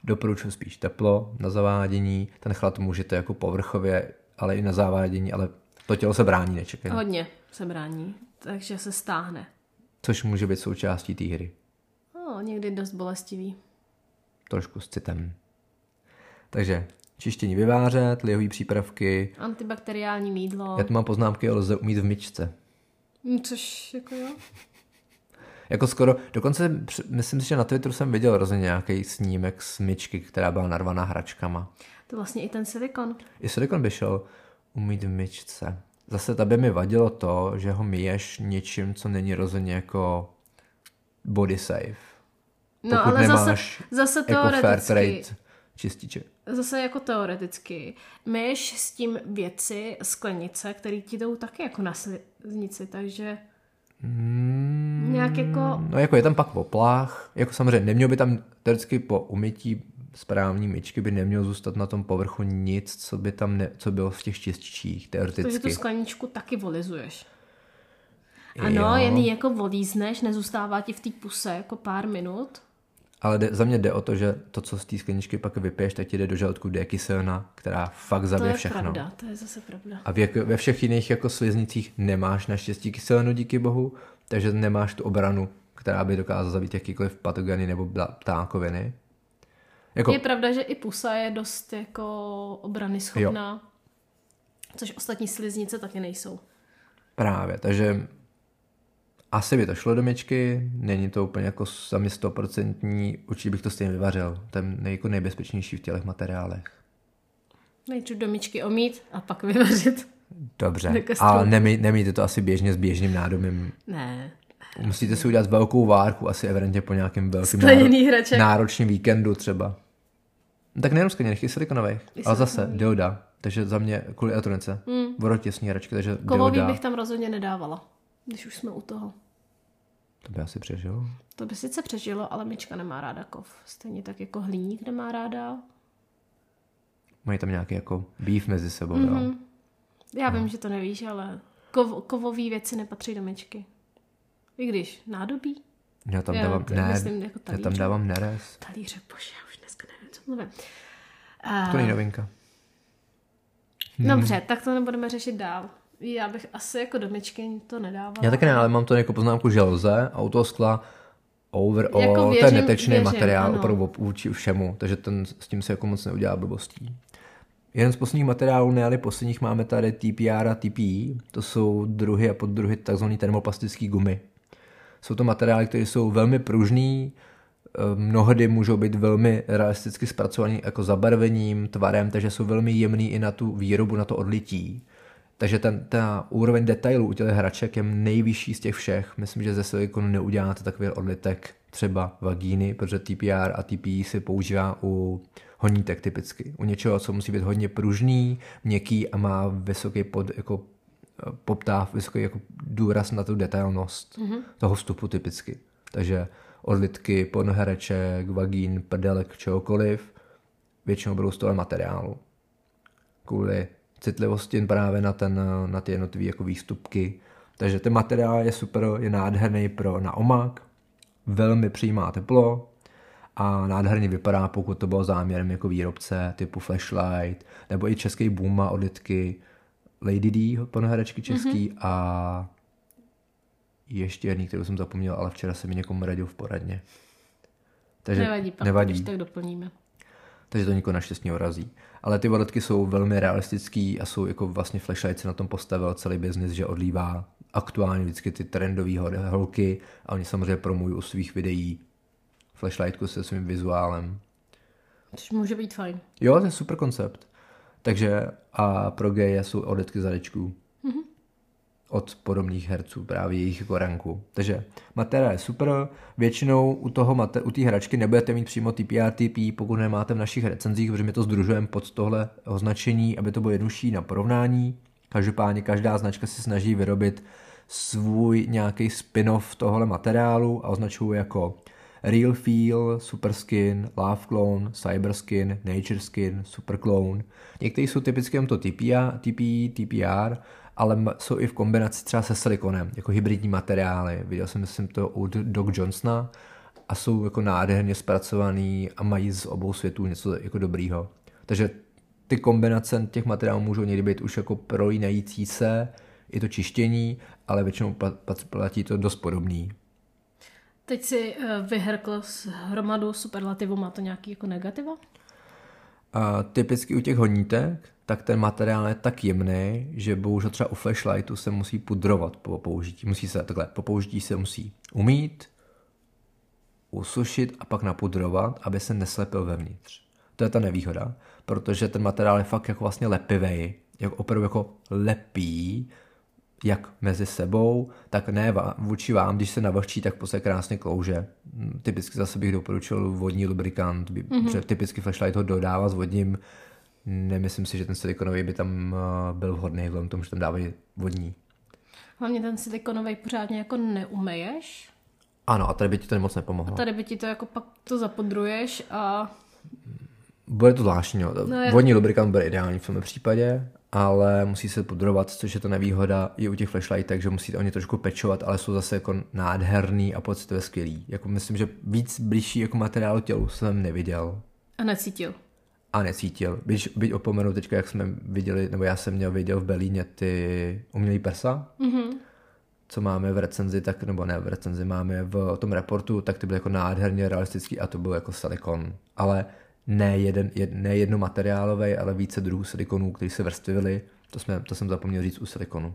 Doporučuji spíš teplo na zavádění. Ten chlad můžete jako povrchově, ale i na zavádění, ale to tělo se brání, nečekají. Hodně se brání, takže se stáhne. Což může být součástí té hry. No, někdy dost bolestivý. Trošku s citem. Takže čištění vyvářet, lihový přípravky. Antibakteriální mýdlo. Já tu mám poznámky, lze umít v myčce. Což jako jo. Jako skoro, dokonce myslím si, že na Twitteru jsem viděl rozhodně nějaký snímek z myčky, která byla narvaná hračkama. To vlastně i ten silikon. I silikon by šel umít v myčce. Zase tady mi vadilo to, že ho myješ něčím, co není rozhodně jako body safe. No Pokud ale zase, nemáš zase jako teoreticky. fair trade čističe. Zase jako teoreticky. Myješ s tím věci, sklenice, které ti jdou taky jako na sliznici, takže Hmm, nějak jako... No jako je tam pak poplach, jako samozřejmě neměl by tam teoreticky po umytí správní myčky by nemělo zůstat na tom povrchu nic, co by tam ne, co bylo v těch čističích, teoreticky. Takže tu skleničku taky volizuješ. Ano, Jo. jen ji jako volízneš, nezůstává ti v té puse jako pár minut. Ale jde, za mě jde o to, že to, co z té skleničky pak vypiješ, tak ti jde do žaludku, kde je kyselina, která fakt zabije To je všechno. pravda, to je zase pravda. A v, ve všech jiných jako sliznicích nemáš naštěstí kyselinu, díky bohu, takže nemáš tu obranu, která by dokázala zabít jakýkoliv patogeny nebo ptákoviny. Jako... Je pravda, že i pusa je dost jako obrany schopná, jo. Což ostatní sliznice taky nejsou. Právě, takže asi by to šlo do myčky, není to úplně jako sami stoprocentní, určitě bych to stejně vyvařil. To je nejko nejbezpečnější v těchto materiálech. Nejdřív do myčky omít a pak vyvařit. Dobře, ale nemý, nemýjte to asi běžně s běžným nádobím. Ne. Musíte si udělat velkou várku, asi evidentně po nějakém velkém náro... náročném víkendu třeba. Tak nejenom skleněných, i silikonových, ale zase dioda. Takže za mě kvůli elektronice. Mm. Vodotěsní hračky, takže kovový dioda. bych tam rozhodně nedávala, když už jsme u toho. To by asi přežilo. To by sice přežilo, ale myčka nemá ráda kov. Stejně tak jako hliník nemá ráda. Mají tam nějaký jako býv mezi sebou, mm-hmm. jo? Já vím, no. že to nevíš, ale kov, kovové věci nepatří do myčky. I když nádobí. Já tam já, dávám, ne, myslím, jako já tam dávám nerez. Talíře, bože, já už dneska nevím, co mluvím. Uh, to není novinka. Dobře, hmm. tak to nebudeme řešit dál. Já bych asi jako do myčky to nedávala. Já taky ne, ale mám to jako poznámku, že lze a u toho skla overall, jako věřím, to je netečný věřím, materiál opravdu vůči všemu, takže ten, s tím se jako moc neudělá blbostí. Jeden z posledních materiálů, ne, ale posledních máme tady T P R a T P E, to jsou druhy a poddruhy tzv. Termoplastické gumy. Jsou to materiály, které jsou velmi pružný, mnohdy můžou být velmi realisticky zpracovaný jako zabarvením, tvarem, takže jsou velmi jemný i na tu výrobu, na to odlití. Takže ten, ta úroveň detailů u těch hraček je nejvyšší z těch všech. Myslím, že ze silikonu neuděláte takový odlitek třeba vagíny, protože T P R a T P E se používá u honítek typicky. U něčeho, co musí být hodně pružný, měkký a má vysoký pod, jako, poptáv, vysoký jako důraz na tu detailnost mm-hmm. toho vstupu typicky. Takže odlitky, pornohereček, vagín, prdelek, čehokoliv, většinou budou z toho materiálu. Kvůli citlivosti právě na, ten, na ty jednotlivé jako výstupky. Takže ten materiál je super, je nádherný pro na omak, velmi přijímá teplo a nádherně vypadá, pokud to bylo záměrem jako výrobce typu Flashlight, nebo i český Boom má odlitky Lady D, pornoherečky český mm-hmm. a ještě jedný, kterou jsem zapomněl, ale včera jsem mi někomu radil v poradně. Takže nevadí, pak nevadí. Když tak doplníme. Takže to nikoho naštěstí neurazí. Ale ty odletky jsou velmi realistický a jsou jako vlastně Flashlight se na tom postavil celý biznis, že odlívá aktuálně vždycky ty trendové holky a oni samozřejmě promují u svých videí Flashlightku se svým vizuálem. Což může být fajn. Jo, to je super koncept. Takže a pro geje jsou odletky zadečků. Mm-hmm. Od podobných herců, právě jejich jako ranku. Takže materiál je super. Většinou u toho mate, u té hračky nebudete mít přímo T P R, T P, pokud nemáte v našich recenzích, protože my to združujeme pod tohle označení, aby to bylo jednodušší na porovnání. Každopádně každá značka se snaží vyrobit svůj nějaký spin-off tohle materiálu a označují jako Real Feel, Super Skin, Love Clone, Cyber Skin, Nature Skin, Super Clone. Někteří jsou typicky jen to T P R, T P, T P R, ale jsou i v kombinaci třeba se silikonem, jako hybridní materiály. Viděl jsem, myslím, to u Doc Johnsona a jsou jako nádherně zpracovaný a mají z obou světů něco jako dobrýho. Takže ty kombinace těch materiálů můžou někdy být už jako prolínající se, i to čištění, ale většinou platí to dost podobný. Teď si vyhrkl z hromadu superlativu, má to nějaký jako negativa? A typicky u těch honítek, tak ten materiál je tak jemný, že bohužel třeba u flashlightu se musí pudrovat po použití. Musí se takhle, po použití se musí umýt, usušit a pak napudrovat, aby se neslepil vevnitř. To je ta nevýhoda, protože ten materiál je fakt jako vlastně lepivej, jako opravdu jako lepí, jak mezi sebou, tak ne vůči vám, když se navlhčí, tak se krásně klouže. Typicky zase bych doporučil vodní lubrikant, mm-hmm. protože typicky flashlight ho dodává s vodním. Nemyslím si, že ten silikonový by tam byl vhodný, vzhledem tomu, že tam dávají vodní. Hlavně ten silikonový pořádně jako neumeješ. Ano, a tady by ti to moc nepomohlo. A tady by ti to jako pak to zapodruješ a... Bude to zvláštní, no. No, Vodní je... lubrikant bude ideální v tom případě, ale musí se pudrovat, což je to nevýhoda i u těch flashlight, takže musíte o ně trošku pečovat, ale jsou zase jako nádherný a pocitově skvělý. Jako myslím, že víc blížší jako materiálu tělu jsem neviděl. A necítil. A necítil. Byť, byť opomenu teďka, jak jsme viděli, nebo já jsem měl viděl v Berlíně ty umělý prsa, mm-hmm. co máme v recenzi, tak, nebo ne v recenzi, máme v tom reportu, tak ty byly jako nádherně realistický a to byl jako silikon. Ale ne, jeden, jed, ne jednomateriálový, ale více druhů silikonů, který se vrstvily. To, jsme, to jsem zapomněl říct u silikonu.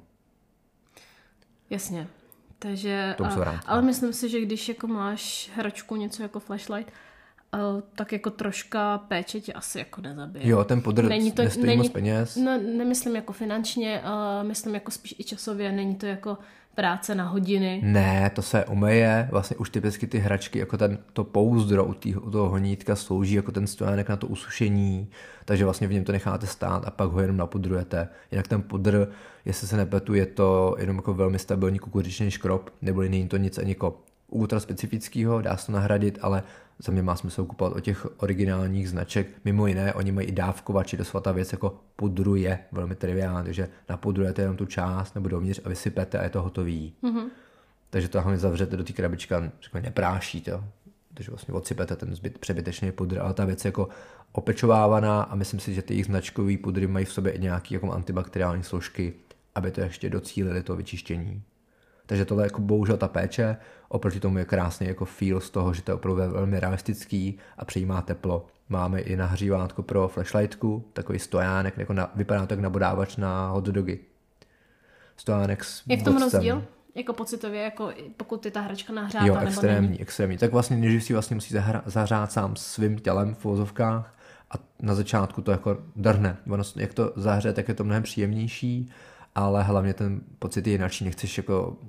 Jasně. Takže, a, ale myslím si, že když jako máš hračku, něco jako flashlight, Uh, tak jako troška péče tě asi jako nezabije. Jo, ten podr nestojí moc peněz. No, nemyslím jako finančně, ale myslím jako spíš i časově. Není to jako práce na hodiny. Ne, to se umeje. Vlastně už typicky ty hračky, jako ten, to pouzdro u, tý, u toho honítka slouží jako ten stojánek na to usušení, takže vlastně v něm to necháte stát a pak ho jenom napudrujete. Jinak ten pudr, jestli se nepletu, je to jenom jako velmi stabilní kukuřičný škrob, nebo není to nic ani jako ultra specifického, dá se to nahradit, ale za mě má smysl kupovat o těch originálních značek. Mimo jiné, oni mají i dávkovači, doslova ta věc jako pudru je velmi triviální, takže napudrujete jenom tu část nebo dovnitř a vysypete a je to hotový. Mm-hmm. Takže to hlavně zavřete do té krabičky a nepráší to. Takže vlastně odsypete ten zbyt, přebytečný pudr, ale ta věc je jako opečovávaná a myslím si, že ty jejich značkový pudry mají v sobě i nějaké jako antibakteriální složky, aby to ještě docílili to vyčištění. Takže tohle jako bohužel ta péče, oproti tomu je krásný jako feel z toho, že to je opravdu velmi realistický a přijímá teplo. Máme i nahřívátko pro flashlightku, takový stojánek, jako na, vypadá to jak nabodávač na hot dogy. Stojánek s Je v tom rozdíl? Jako pocitově, jako pokud je ta hračka nahřátá jo, nebo extrémní, není? extrémní. Tak vlastně než si vlastně musí zahra, zahřát sám svým tělem v vozovkách a na začátku to jako drhne. Ono, jak to zahře, tak je to mnohem příjemnější, ale hlavně ten pocit je jinačí, nechceš jako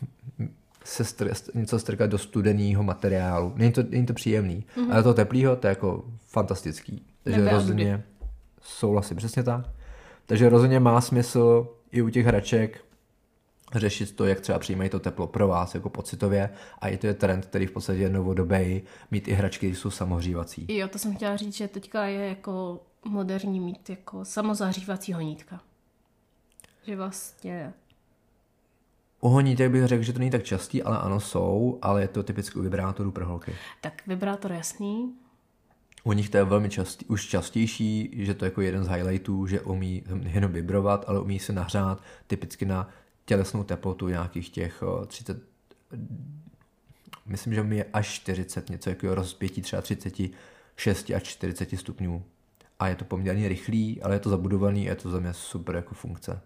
se str- něco strkat do studeného materiálu. Není to, není to příjemný, mm-hmm. ale to teplýho, to je jako fantastický. Takže rozhodně souhlasím, přesně tak. Takže rozhodně má smysl i u těch hraček řešit to, jak třeba přijímají to teplo pro vás jako pocitově a i to je trend, který v podstatě je novodobý, mít i hračky, které jsou samohřívací. Jo, to jsem chtěla říct, že teďka je jako moderní mít jako samozahřívací honítka. Že vlastně... U honítek bych řekl, že to není tak častý, ale ano jsou, ale je to typicky u vibrátorů pro holky. Tak vibrátor jasný. U nich to je velmi častý, už častější, že to je jako jeden z highlightů, že umí jenom vibrovat, ale umí se nahřát typicky na tělesnou teplotu nějakých těch třicet, myslím, že mi je až čtyřicet, něco jako rozpětí třeba třicet šest až čtyřicet stupňů. A je to poměrně rychlý, ale je to zabudovaný a je to za mě super jako funkce.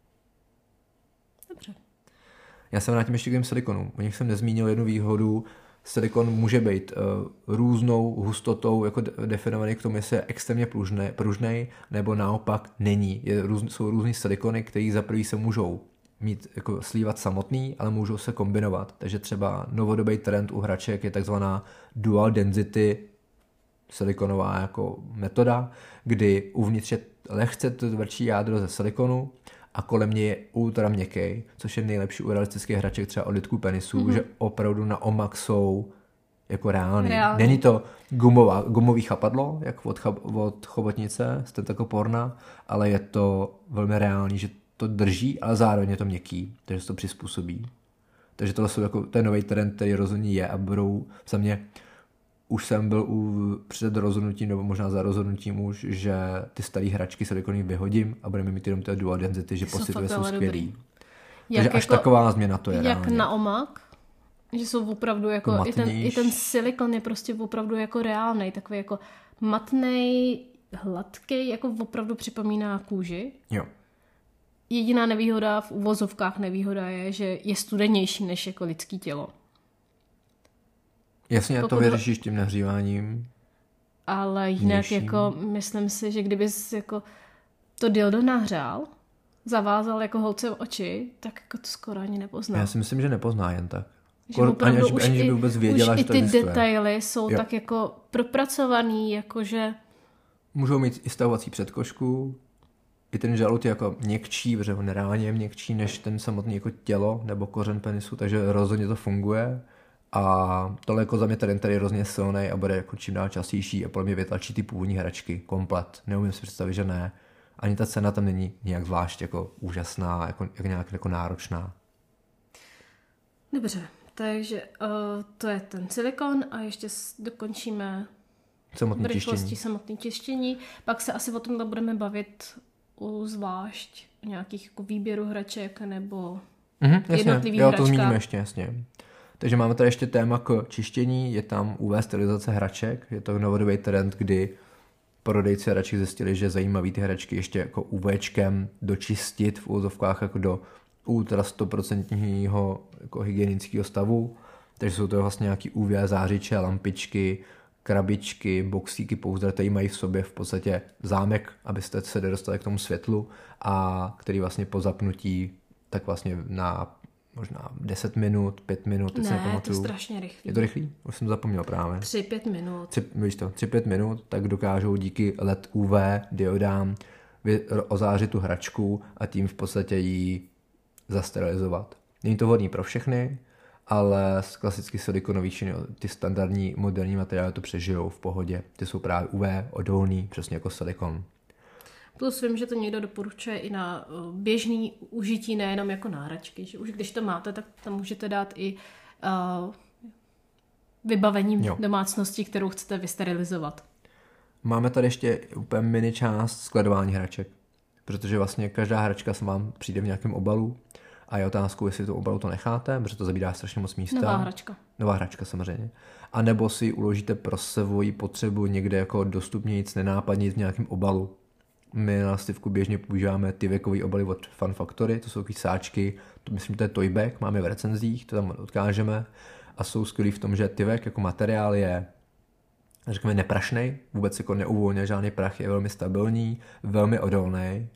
Dobře. Já jsem vrátím ještě k těm silikonům. O nich jsem nezmínil jednu výhodu. Silikon může být uh, různou hustotou jako definovaný k tomu, jestli je extrémně pružný, pružnej, nebo naopak není. Je, růz, jsou různý silikony, které za prvý se můžou mít, jako slívat samotný, ale můžou se kombinovat. Takže třeba novodobý trend u hraček je takzvaná dual density silikonová jako metoda, kdy uvnitř je lehce tvrdší jádro ze silikonu a kolem něj je ultra měkký, což je nejlepší u realistických hraček třeba od lidků penisů, mm-hmm. že opravdu na omak jsou jako reální. reální. Není to gumová, gumový chapadlo, jak od, chab, od chobotnice, z této porna, ale je to velmi reální, že to drží, ale zároveň je to měkký, takže se to přizpůsobí. Takže tohle jsou jako ten nový trend, který rozhodně je a budou za mě, už jsem byl u, před rozhodnutím, nebo možná za rozhodnutím už, že ty staré hračky silikonový vyhodím a budeme mít jenom ty dual density, že po světle jsou skvělý. Takže až jako, taková změna to je. Jak reálně. na omak, že jsou opravdu jako, jako i, ten, i ten silikon je prostě opravdu jako reálnej, takový jako matnej, hladký, jako opravdu připomíná kůži. Jo. Jediná nevýhoda v uvozovkách nevýhoda je, že je studenější než jako lidský tělo. Jasně, pokud to vyřešíš tím nahříváním. Ale jinak Mějším. jako myslím si, že kdybys jako to dildo nahřál, zavázal jako holce v oči, tak jako to skoro ani nepozná. Já si myslím, že nepozná jen tak. Že ani, už ani, i, by vůbec věděla, už že i to ty existuje. detaily jsou jo. tak jako propracovaný, jakože... Můžou mít i stavovací předkošku, i ten žalud je jako měkčí, protože on reálně je měkčí než ten samotný jako tělo nebo kořen penisu, takže rozhodně to funguje. A tohle jako za mě ten tady je hrozně silný a bude jako čím dál častější a podle mě vytlačí ty původní hračky komplet. Neumím si představit, že ne. Ani ta cena tam není nějak zvlášť jako úžasná, jako, jako nějak jako náročná. Dobře, takže uh, to je ten silikon a ještě dokončíme samotný v rychlosti tištění. samotné tištění. Pak se asi o tomhle budeme bavit u zvlášť nějakých jako výběru hraček nebo mm-hmm, jednotlivých jo, hračkách. To zmíníme ještě, jasně. Takže máme tady ještě téma k čištění, je tam U V sterilizace hraček, je to novodobý trend, kdy prodejci hraček zjistili, že zajímavý ty hračky ještě jako UVčkem dočistit v úzovkách jako do ultra sto procent jako hygienického stavu, takže jsou to vlastně nějaký U V zářiče, lampičky, krabičky, boxíky, pouzdra, které mají v sobě v podstatě zámek, abyste se dostali k tomu světlu a který vlastně po zapnutí tak vlastně na možná deset minut, pět minut, teď ne, to je strašně rychlý. Je to rychlý? Už jsem zapomněl právě. tři pět minut. Tři, víš to, tři pět minut, tak dokážou díky L E D U V diodám vy, ozářit tu hračku a tím v podstatě ji zasterilizovat. Není to vhodný pro všechny, ale z klasicky silikonových, ty standardní moderní materiály to přežijou v pohodě. Ty jsou právě U V odolný, přesně jako silikon. Plus vím, že to někdo doporučuje i na běžný užití, nejenom jako na hračky. Že už když to máte, tak tam můžete dát i uh, vybavení jo. domácnosti, kterou chcete vysterilizovat. Máme tady ještě úplně mini část skladování hraček, protože vlastně každá hračka se vám přijde v nějakém obalu a je otázkou, jestli to obalu to necháte, protože to zabírá strašně moc místa. Nová hračka. Nová hračka samozřejmě. A nebo si uložíte pro svoji potřebu někde jako dostupnějíc, nenápadnějíc v nějakém obalu. My na Stivku běžně používáme ty věkové obaly od Fun Factory, to jsou takový sáčky, to myslím, to je toy bag, máme v recenzích, to tam odkážeme a jsou skvělý v tom, že tyvek jako materiál je, řekněme, neprašnej, vůbec jako neuvolňuje žádný prach, je velmi stabilní, velmi odolný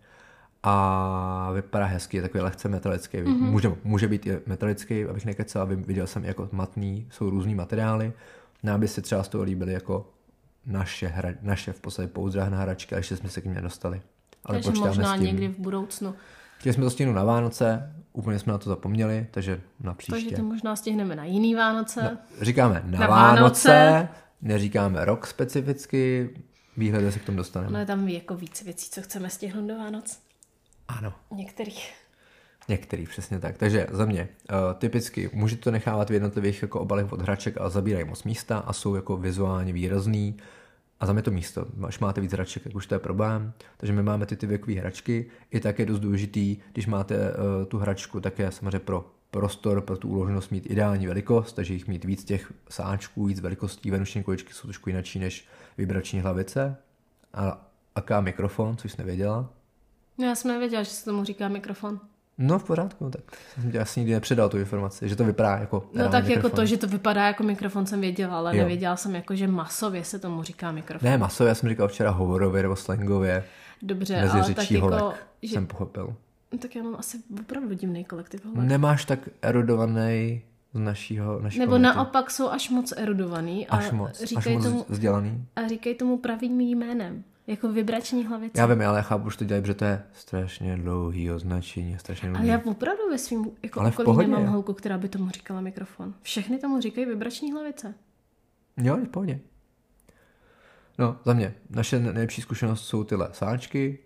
a vypadá hezky, je takový lehce metalický, mm-hmm. může, může být i metalický, abych nekecal, viděl jsem jako matný, jsou různý materiály, nám by se třeba z toho líbily jako naše, hra, naše v podstatě pouzdráhné hračky, ale ještě jsme se k ním nedostali. Ale takže možná někdy v budoucnu. Chtěli jsme to stihnout na Vánoce, úplně jsme na to zapomněli, takže na příště. Takže to možná stihneme na jiný Vánoce. No, říkáme na, na Vánoce, Vánoce, neříkáme rok specificky, výhledy se k tomu dostaneme. No je tam jako víc věcí, co chceme stihnout do Vánoc. Ano. Některých. Některý, přesně tak. Takže za mě, uh, typicky můžete to nechávat v jednotlivých jako obalech od hraček, ale zabírají moc místa a jsou jako vizuálně výrazný. A za mě to místo. Až máte víc hraček, jak už to je problém. Takže my máme ty ty věkové hračky. I tak je dost důležitý, když máte uh, tu hračku, tak je samozřejmě pro prostor, pro tu uloženost mít ideální velikost, takže jich mít víc těch sáčků, víc velikostí. Venuční količky jsou trošku jinačí než vibrační hlavice. A aká mikrofon, což jsi nevěděla? No, já jsem nevěděla, že se tomu říká mikrofon. No v pořádku, tak jsem ti asi nikdy nepředal tu informaci, že to vypadá jako No tak mikrofon. jako to, že to vypadá jako mikrofon jsem věděla, ale jo. nevěděla jsem jako, že masově se tomu říká mikrofon. Ne masově, já jsem říkal včera hovorově nebo slangově. Dobře, ale tak jako... holek, že... jsem pochopil. Tak já mám asi opravdu divný kolektiv holek. Nemáš tak erudovaný z našího, naší Nebo komunity. Naopak jsou až moc erudovaný a až moc, říkají až moc tomu, vzdělaný. A říkají tomu pravým jménem. Jako vibrační hlavice. Já vím, ale já chápu, že to dělají, protože to je strašně dlouhý označení, strašně dlouhý. Ale já opravdu ve svým jako okolí nemám holku, která by tomu říkala mikrofon. Všechny tomu říkají vibrační hlavice. Jo, v pohodě. No, za mě. Naše nejlepší zkušenost jsou tyhle sáčky.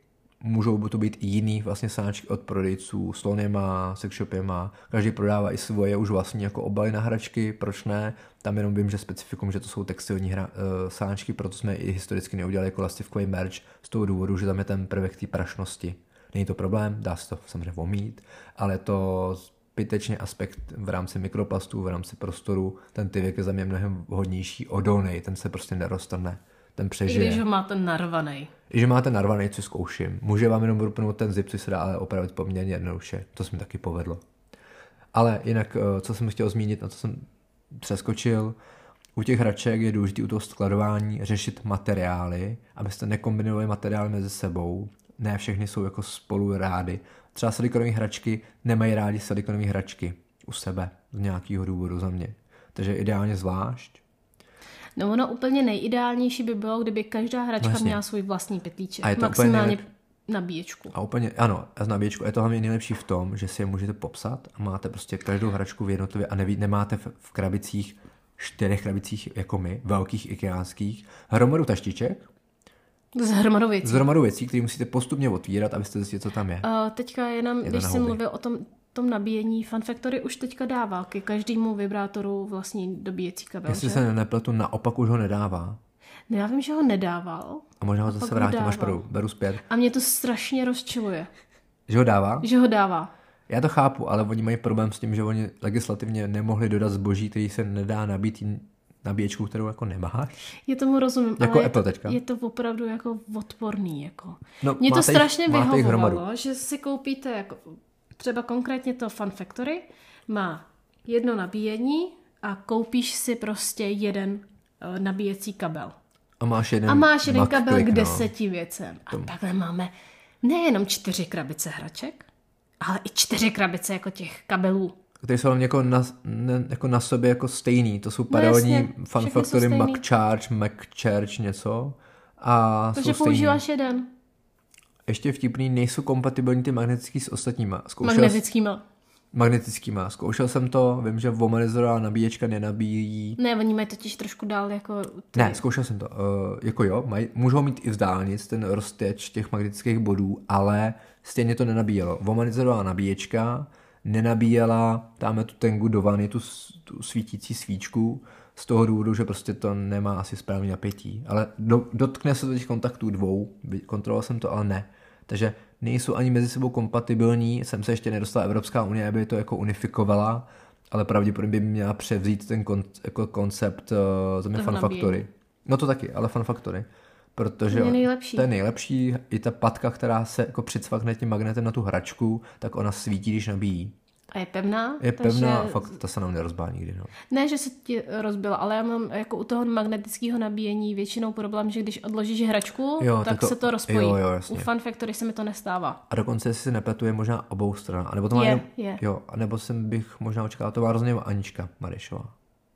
můžou to být i jiný vlastně sáčky od prodejců, Slony má, Sexshopy má, každý prodává i svoje už vlastně jako obaly na hračky, proč ne? Tam jenom vím, že specifikum, že to jsou textilní hra, uh, sáčky, proto jsme i historicky neudělali jako lastivkový merch z toho důvodu, že tam je ten prvek té prašnosti. Není to problém, dá se to samozřejmě omít, ale je to zbytečný aspekt v rámci mikroplastů, v rámci prostoru, ten tyvek je za mě mnohem hodnější, odolnej, ten se prostě neroztrhne. Ten přežije. I když ho máte narvanej. I že máte narvanej, co zkouším. Může vám jenom rupnout ten zip, co se dá ale opravit poměrně jednoduše. To se mi taky povedlo. Ale jinak, co jsem chtěl zmínit, na co jsem přeskočil, u těch hraček je důležité u toho skladování řešit materiály, abyste nekombinovali materiály mezi sebou. Ne všechny jsou jako spolu rády. Třeba silikonové hračky nemají rádi silikonové hračky u sebe z nějakého důvodu za mě. Takže ideálně zvlášť. No ono úplně nejideálnější by bylo, kdyby každá hračka no měla svůj vlastní pytlíček. A je to maximálně nabíječku. A úplně, ano, a z nabíječku je to hlavně nejlepší v tom, že si je můžete popsat a máte prostě každou hračku v jednotlivě a neví, nemáte v, v krabicích, čtyřech krabicích jako my, velkých ikeánských, hromadu taštiček. Z hromadu věcí. Z hromadu věcí, které musíte postupně otvírat, abyste zjistili, co tam je. Uh, teďka jenom, je když jsem mluvil o tom, tom nabíjení, Fun Factory už teďka dává ke každému vibrátoru vlastní dobíjecí kabel. Jestli se nepletu, naopak už ho nedává. No já vím, že ho nedával. A možná ho zase vrátím, až beru, beru zpět. A mě to strašně rozčiluje. Že ho dává? Že ho dává. Já to chápu, ale oni mají problém s tím, že oni legislativně nemohli dodat zboží, který se nedá nabít nabíječku, kterou jako nemáš. Je tomu rozumím, jako ale Apple je, to, teďka. je to opravdu jako odporný. Jako. No, Mě to strašně jich, vyhovovalo, že si koupíte jako, třeba konkrétně to Fun Factory, má jedno nabíjení a koupíš si prostě jeden uh, nabíjecí kabel. A máš jeden, a máš jeden kabel klik, k no. deseti věcem. A Tom. takhle máme nejenom čtyři krabice hraček, ale i čtyři krabice jako těch kabelů. Které jsou jako na, ne, jako na sobě jako stejný. To jsou paralelní no Fun Factory, MacCharge, MacCharge něco. A Takže jsou používáš stejný. jeden. Ještě vtipný, nejsou kompatibilní ty magnetický s ostatníma. Zkoušel Magnetickýma. Magnetickýma. Zkoušel jsem to, vím, že vomanizorová nabíječka nenabíjí. Ne, oni mají totiž trošku dál jako... Ty... Ne, zkoušel jsem to. Uh, jako jo, maj, můžou mít i z dálnic ten rozteč těch magnetických bodů, ale stejně to nenabíjelo. Vomanizorová nabíječka nenabíjela, dáme tu tengu do vany, tu, tu svítící svíčku, z toho důvodu, že prostě to nemá asi správný napětí. Ale do, dotkne se do těch kontaktů dvou, kontroloval jsem to, ale ne. Takže nejsou ani mezi sebou kompatibilní, jsem se ještě nedostala Evropská unie, aby to jako unifikovala, ale pravděpodobně by měla převzít ten kon, jako koncept uh, za mě Fun Factory. No to taky, ale Fun Factory. Protože to je nejlepší. To je nejlepší. I ta patka, která se jako přicvakne tím magnetem na tu hračku, tak ona svítí, když nabíjí. A je pevná? Je takže... pevná, fakt ta se nám nerozbá nikdy. No. Ne, že se ti rozbila, ale já mám jako u toho magnetického nabíjení většinou problém, že když odložíš hračku, jo, tak to... se to rozpojí. Jo, jo, u Fun Factory se mi to nestává. A dokonce, jestli si nepletu, je možná obou stran. A nebo to má je, jenom... je. Jo, a nebo jsem bych možná očekala, to má hrozně Anička Marešová.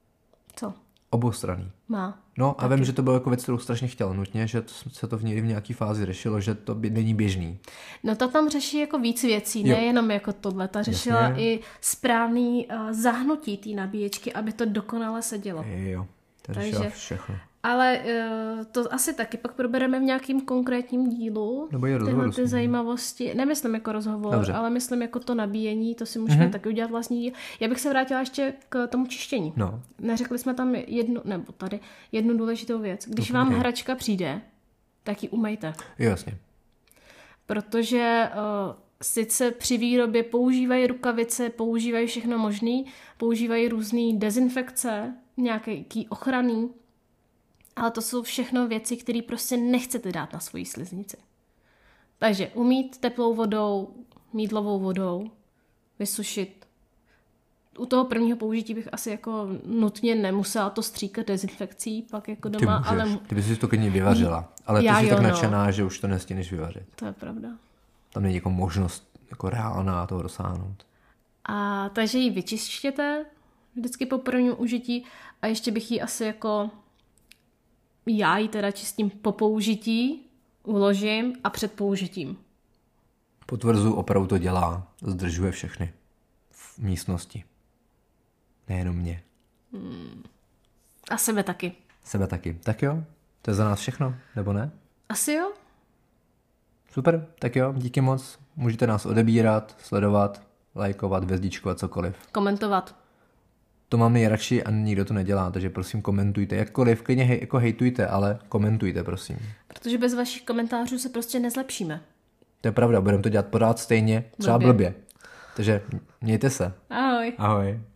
Co? Oboustranný. Má. No taky. A vím, že to bylo jako věc, kterou strašně chtěl nutně, že to, se to v někdy v nějaký fázi řešilo, že to by, není běžný. No ta tam řeší jako víc věcí, jo. nejenom jako tohle. Ta řešila Jasně. i správný uh, zahnutí té nabíječky, aby to dokonale sedělo. Jo, to řešila Takže... všechno. Ale uh, to asi taky pak probereme v nějakým konkrétním dílu. Nebo je rozhovor. Tyhle ty zajímavosti. Nemyslím jako rozhovor, Dobře. ale myslím jako to nabíjení, to si můžeme mm-hmm. taky udělat vlastní díl. Já bych se vrátila ještě k tomu čištění. No. Neřekli jsme tam jednu, nebo tady, jednu důležitou věc. Když to vám je. hračka přijde, tak ji umejte. Jasně. Protože uh, sice při výrobě používají rukavice, používají všechno možný, používají různé dezinfekce, nějaký ochranný, ale to jsou všechno věci, které prostě nechcete dát na svoji sliznici. Takže umýt teplou vodou, mýdlovou vodou, vysušit. U toho prvního použití bych asi jako nutně nemusela to stříkat dezinfekcí, pak jako doma. Ty můžeš, ale... ty bys si to klidně vyvařila, ale Já ty jsi jo, tak no. nadšená, že už to nestíneš vyvařit. To je pravda. Tam není jako možnost jako reálná toho dosáhnout. A takže ji vyčištěte vždycky po prvním užití a ještě bych ji asi jako já ji teda čistím po použití, uložím a před použitím. Potvrzu, opravdu to dělá. Zdržuje všechny v místnosti. Nejenom mě. Hmm. A sebe taky. Sebe taky. Tak jo? To je za nás všechno, nebo ne? Asi jo. Super, tak jo, díky moc. Můžete nás odebírat, sledovat, lajkovat, hvězdičkovat, cokoliv. Komentovat. To mám nejradši a nikdo to nedělá, takže prosím komentujte. Jakkoliv, klidně hej, jako hejtujte, ale komentujte, prosím. Protože bez vašich komentářů se prostě nezlepšíme. To je pravda, budeme to dělat pořád stejně, třeba blbě. blbě. Takže mějte se. Ahoj. Ahoj.